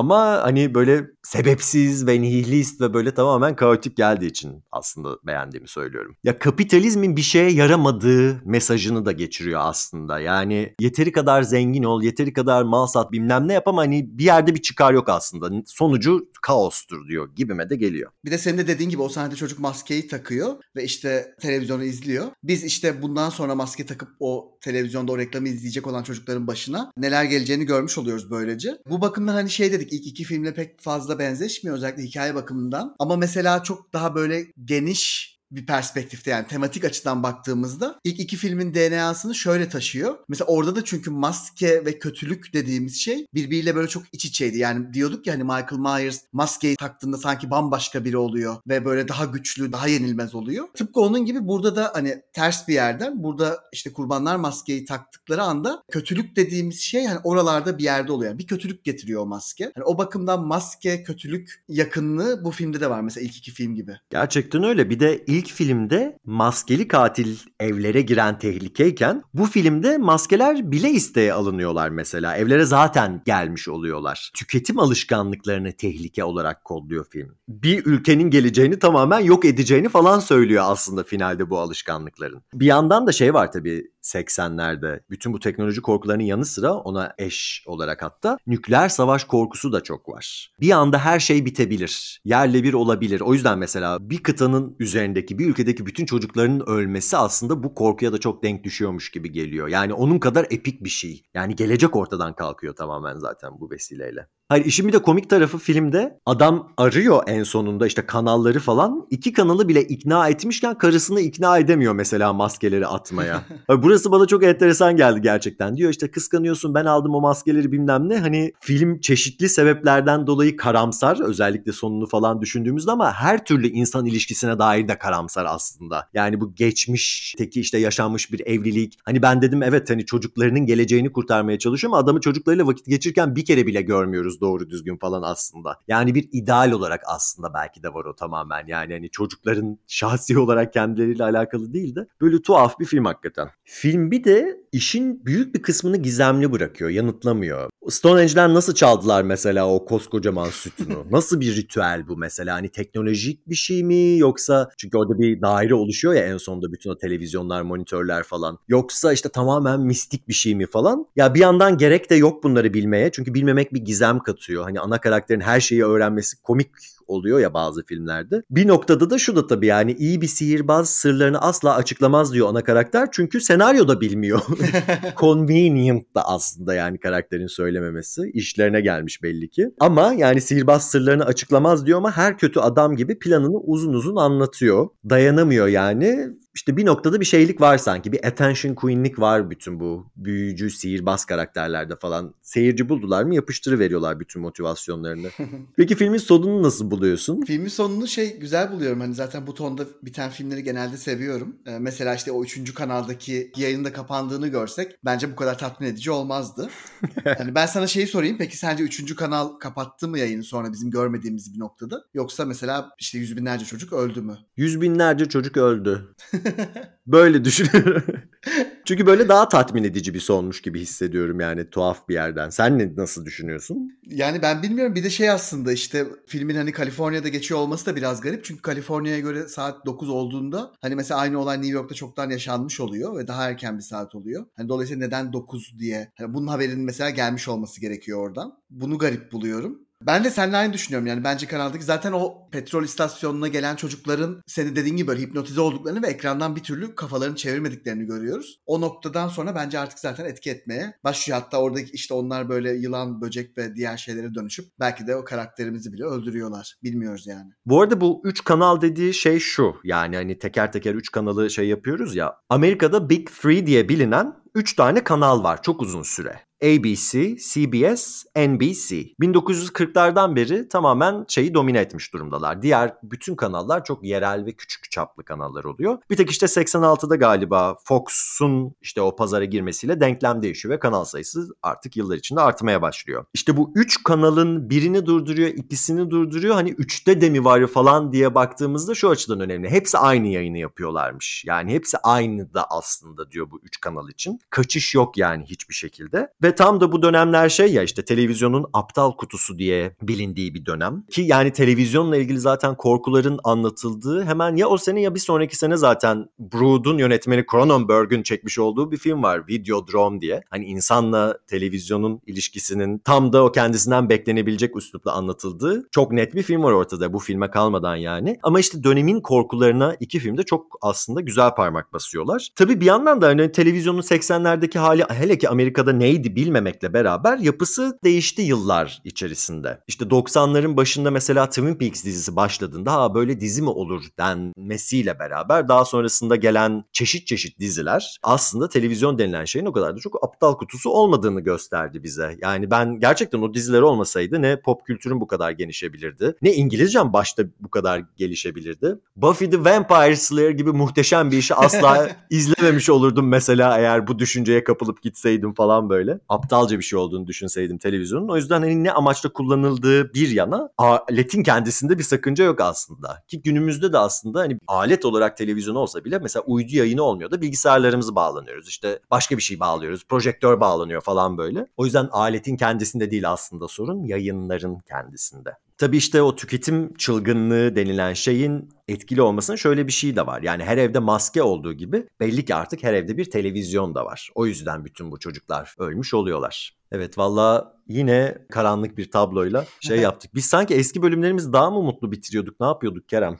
[SPEAKER 1] bana hani böyle sebepsiz ve nihilist ve böyle tamamen kaotik geldiği için aslında beğendiğimi söylüyorum. Ya kapitalizmin bir şeye yaramadığı mesajını da geçiriyor aslında. Yani yeteri kadar zengin ol, yeteri kadar mal sat bilmem ne yap ama hani bir yerde bir çıkar yok aslında. Sonucu kaostur diyor gibime de geliyor.
[SPEAKER 2] Bir de senin de dediğin gibi o sahnede çocuk maskeyi takıyor ve işte televizyonu izliyor. Biz işte bundan sonra maske takıp o televizyonda o reklamı izleyecek olan çocukların başına neler geleceğini görmüş oluyoruz böylece. Bu bakımdan hani şey dedik, ilk iki filmle pek fazla benzeşmiyor özellikle hikaye bakımından. Ama mesela çok daha böyle geniş bir perspektifte, yani tematik açıdan baktığımızda ilk iki filmin D N A'sını şöyle taşıyor. Mesela orada da çünkü maske ve kötülük dediğimiz şey birbiriyle böyle çok iç içeydi. Yani diyorduk ya hani Michael Myers maskeyi taktığında sanki bambaşka biri oluyor ve böyle daha güçlü, daha yenilmez oluyor. Tıpkı onun gibi burada da hani ters bir yerden, burada işte kurbanlar maskeyi taktıkları anda kötülük dediğimiz şey hani oralarda bir yerde oluyor. Yani bir kötülük getiriyor o maske. Yani o bakımdan maske, kötülük yakınlığı bu filmde de var mesela ilk iki film gibi.
[SPEAKER 1] Gerçekten öyle. Bir de ilk filmde maskeli katil evlere giren tehlikeyken bu filmde maskeler bile isteye alınıyorlar mesela. Evlere zaten gelmiş oluyorlar. Tüketim alışkanlıklarını tehlike olarak kodluyor film. Bir ülkenin geleceğini tamamen yok edeceğini falan söylüyor aslında finalde bu alışkanlıkların. Bir yandan da şey var tabii seksenlerde. Bütün bu teknoloji korkularının yanı sıra ona eş olarak hatta nükleer savaş korkusu da çok var. Bir anda her şey bitebilir. Yerle bir olabilir. O yüzden mesela bir kıtanın üzerindeki, bir ülkedeki bütün çocukların ölmesi aslında bu korkuya da çok denk düşüyormuş gibi geliyor. Yani onun kadar epik bir şey. Yani gelecek ortadan kalkıyor tamamen zaten bu vesileyle. Hayır, işin bir de komik tarafı filmde adam arıyor en sonunda işte kanalları falan. İki kanalı bile ikna etmişken karısını ikna edemiyor mesela maskeleri atmaya. Burası bana çok enteresan geldi gerçekten. Diyor işte kıskanıyorsun, ben aldım o maskeleri bilmem ne. Hani film çeşitli sebeplerden dolayı karamsar, özellikle sonunu falan düşündüğümüzde, ama her türlü insan ilişkisine dair de karamsar aslında. Yani bu geçmişteki işte yaşanmış bir evlilik. Hani ben dedim evet hani çocuklarının geleceğini kurtarmaya çalışıyor ama adamı çocuklarıyla vakit geçirirken bir kere bile görmüyoruz doğru düzgün falan aslında. Yani bir ideal olarak aslında belki de var o tamamen. Yani hani çocukların şahsi olarak kendileriyle alakalı değil de böyle tuhaf bir film hakikaten. Film bir de işin büyük bir kısmını gizemli bırakıyor, yanıtlamıyor. Stonehenge'ler nasıl çaldılar mesela o koskocaman sütunu? Nasıl bir ritüel bu mesela? Hani teknolojik bir şey mi yoksa çünkü orada bir daire oluşuyor ya en sonunda bütün o televizyonlar, monitörler falan. Yoksa işte tamamen mistik bir şey mi falan? Ya bir yandan gerek de yok bunları bilmeye çünkü bilmemek bir gizem katıyor. Hani ana karakterin her şeyi öğrenmesi komik oluyor ya bazı filmlerde. Bir noktada da şu da tabii yani iyi bir sihirbaz sırlarını asla açıklamaz diyor ana karakter çünkü senaryo da bilmiyor. Convenient da aslında yani karakterin söylememesi. İşlerine gelmiş belli ki. Ama yani sihirbaz sırlarını açıklamaz diyor ama her kötü adam gibi planını uzun uzun anlatıyor. Dayanamıyor yani. İşte bir noktada bir şeylik var sanki. Bir attention queen'lik var bütün bu büyücü, sihirbaz karakterlerde falan. Seyirci buldular mı yapıştırıveriyorlar bütün motivasyonlarını. Peki filmin sonunu nasıl buluyorsun?
[SPEAKER 2] Filmin sonunu şey güzel buluyorum. Hani zaten bu tonda biten filmleri genelde seviyorum. Ee, mesela işte o üçüncü kanaldaki yayının da kapandığını görsek bence bu kadar tatmin edici olmazdı. Hani ben sana şeyi sorayım. Peki sence üçüncü kanal kapattı mı yayını sonra bizim görmediğimiz bir noktada? Yoksa mesela işte yüz binlerce çocuk öldü mü?
[SPEAKER 1] Yüz binlerce çocuk öldü. Böyle düşünüyorum. Çünkü böyle daha tatmin edici bir sonmuş gibi hissediyorum yani tuhaf bir yerden. Sen ne, nasıl düşünüyorsun?
[SPEAKER 2] Yani ben bilmiyorum. Bir de şey aslında işte filmin hani Kaliforniya'da geçiyor olması da biraz garip. Çünkü Kaliforniya'ya göre saat dokuz olduğunda hani mesela aynı olay New York'ta çoktan yaşanmış oluyor ve daha erken bir saat oluyor. Hani dolayısıyla neden dokuz diye. Hani bunun haberinin mesela gelmiş olması gerekiyor oradan. Bunu garip buluyorum. Ben de seninle aynı düşünüyorum yani bence kanaldaki zaten o petrol istasyonuna gelen çocukların senin dediğin gibi böyle hipnotize olduklarını ve ekrandan bir türlü kafalarını çevirmediklerini görüyoruz. O noktadan sonra bence artık zaten etki etmeye başlıyor. Hatta oradaki işte onlar böyle yılan, böcek ve diğer şeylere dönüşüp belki de o karakterimizi bile öldürüyorlar. Bilmiyoruz yani.
[SPEAKER 1] Bu arada bu üç kanal dediği şey şu. Yani hani teker teker üç kanalı şey yapıyoruz ya. Amerika'da Big Three diye bilinen üç tane kanal var çok uzun süre. A B C, C B S, N B C. bin dokuz yüz kırklardan beri tamamen şeyi domine etmiş durumdalar. Diğer bütün kanallar çok yerel ve küçük çaplı kanallar oluyor. Bir tek işte seksen altıda galiba Fox'un işte o pazara girmesiyle denklem değişiyor ve kanal sayısı artık yıllar içinde artmaya başlıyor. İşte bu üç kanalın birini durduruyor, ikisini durduruyor. Hani üçte de mi var falan diye baktığımızda şu açıdan önemli. Hepsi aynı yayını yapıyorlarmış. Yani hepsi aynı da aslında diyor bu üç kanal için. Kaçış yok yani hiçbir şekilde. Ve Ve tam da bu dönemler şey ya işte televizyonun aptal kutusu diye bilindiği bir dönem. Ki yani televizyonla ilgili zaten korkuların anlatıldığı hemen ya o sene ya bir sonraki sene zaten Brood'un yönetmeni Cronenberg'ün çekmiş olduğu bir film var. Videodrome diye. Hani insanla televizyonun ilişkisinin tam da o kendisinden beklenebilecek üslupla anlatıldığı çok net bir film var ortada bu filme kalmadan yani. Ama işte dönemin korkularına iki filmde çok aslında güzel parmak basıyorlar. Tabii bir yandan da hani televizyonun seksenlerdeki hali hele ki Amerika'da neydi bilmemekle beraber yapısı değişti yıllar içerisinde. İşte doksanların başında mesela Twin Peaks dizisi başladığında ha böyle dizi mi olur denmesiyle beraber daha sonrasında gelen çeşit çeşit diziler aslında televizyon denilen şeyin o kadar da çok aptal kutusu olmadığını gösterdi bize. Yani ben gerçekten o diziler olmasaydı ne pop kültürün bu kadar genişebilirdi, ne İngilizcem başta bu kadar gelişebilirdi. Buffy the Vampire Slayer gibi muhteşem bir işi asla izlememiş olurdum mesela eğer bu düşünceye kapılıp gitseydim falan böyle. Aptalca bir şey olduğunu düşünseydim televizyonun. O yüzden hani ne amaçla kullanıldığı bir yana aletin kendisinde bir sakınca yok aslında. Ki günümüzde de aslında hani alet olarak televizyon olsa bile mesela uydu yayını olmuyor da bilgisayarlarımızı bağlanıyoruz. İşte başka bir şey bağlıyoruz. Projektör bağlanıyor falan böyle. O yüzden aletin kendisinde değil aslında sorun, yayınların kendisinde. Tabii işte o tüketim çılgınlığı denilen şeyin etkili olmasının şöyle bir şey de var. Yani her evde maske olduğu gibi belli ki artık her evde bir televizyon da var. O yüzden bütün bu çocuklar ölmüş oluyorlar. Evet valla yine karanlık bir tabloyla şey yaptık. Biz sanki eski bölümlerimizi daha mı mutlu bitiriyorduk? Ne yapıyorduk Kerem?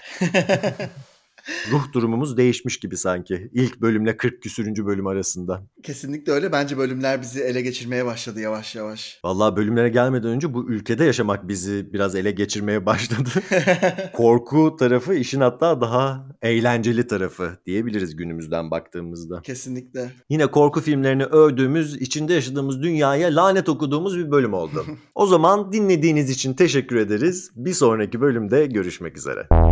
[SPEAKER 1] Ruh durumumuz değişmiş gibi sanki. İlk bölümle kırk küsürüncü bölüm arasında.
[SPEAKER 2] Kesinlikle öyle. Bence bölümler bizi ele geçirmeye başladı yavaş yavaş.
[SPEAKER 1] Vallahi bölümlere gelmeden önce bu ülkede yaşamak bizi biraz ele geçirmeye başladı. Korku tarafı işin hatta daha eğlenceli tarafı diyebiliriz günümüzden baktığımızda.
[SPEAKER 2] Kesinlikle.
[SPEAKER 1] Yine korku filmlerini övdüğümüz, içinde yaşadığımız dünyaya lanet okuduğumuz bir bölüm oldu. O zaman dinlediğiniz için teşekkür ederiz. Bir sonraki bölümde görüşmek üzere.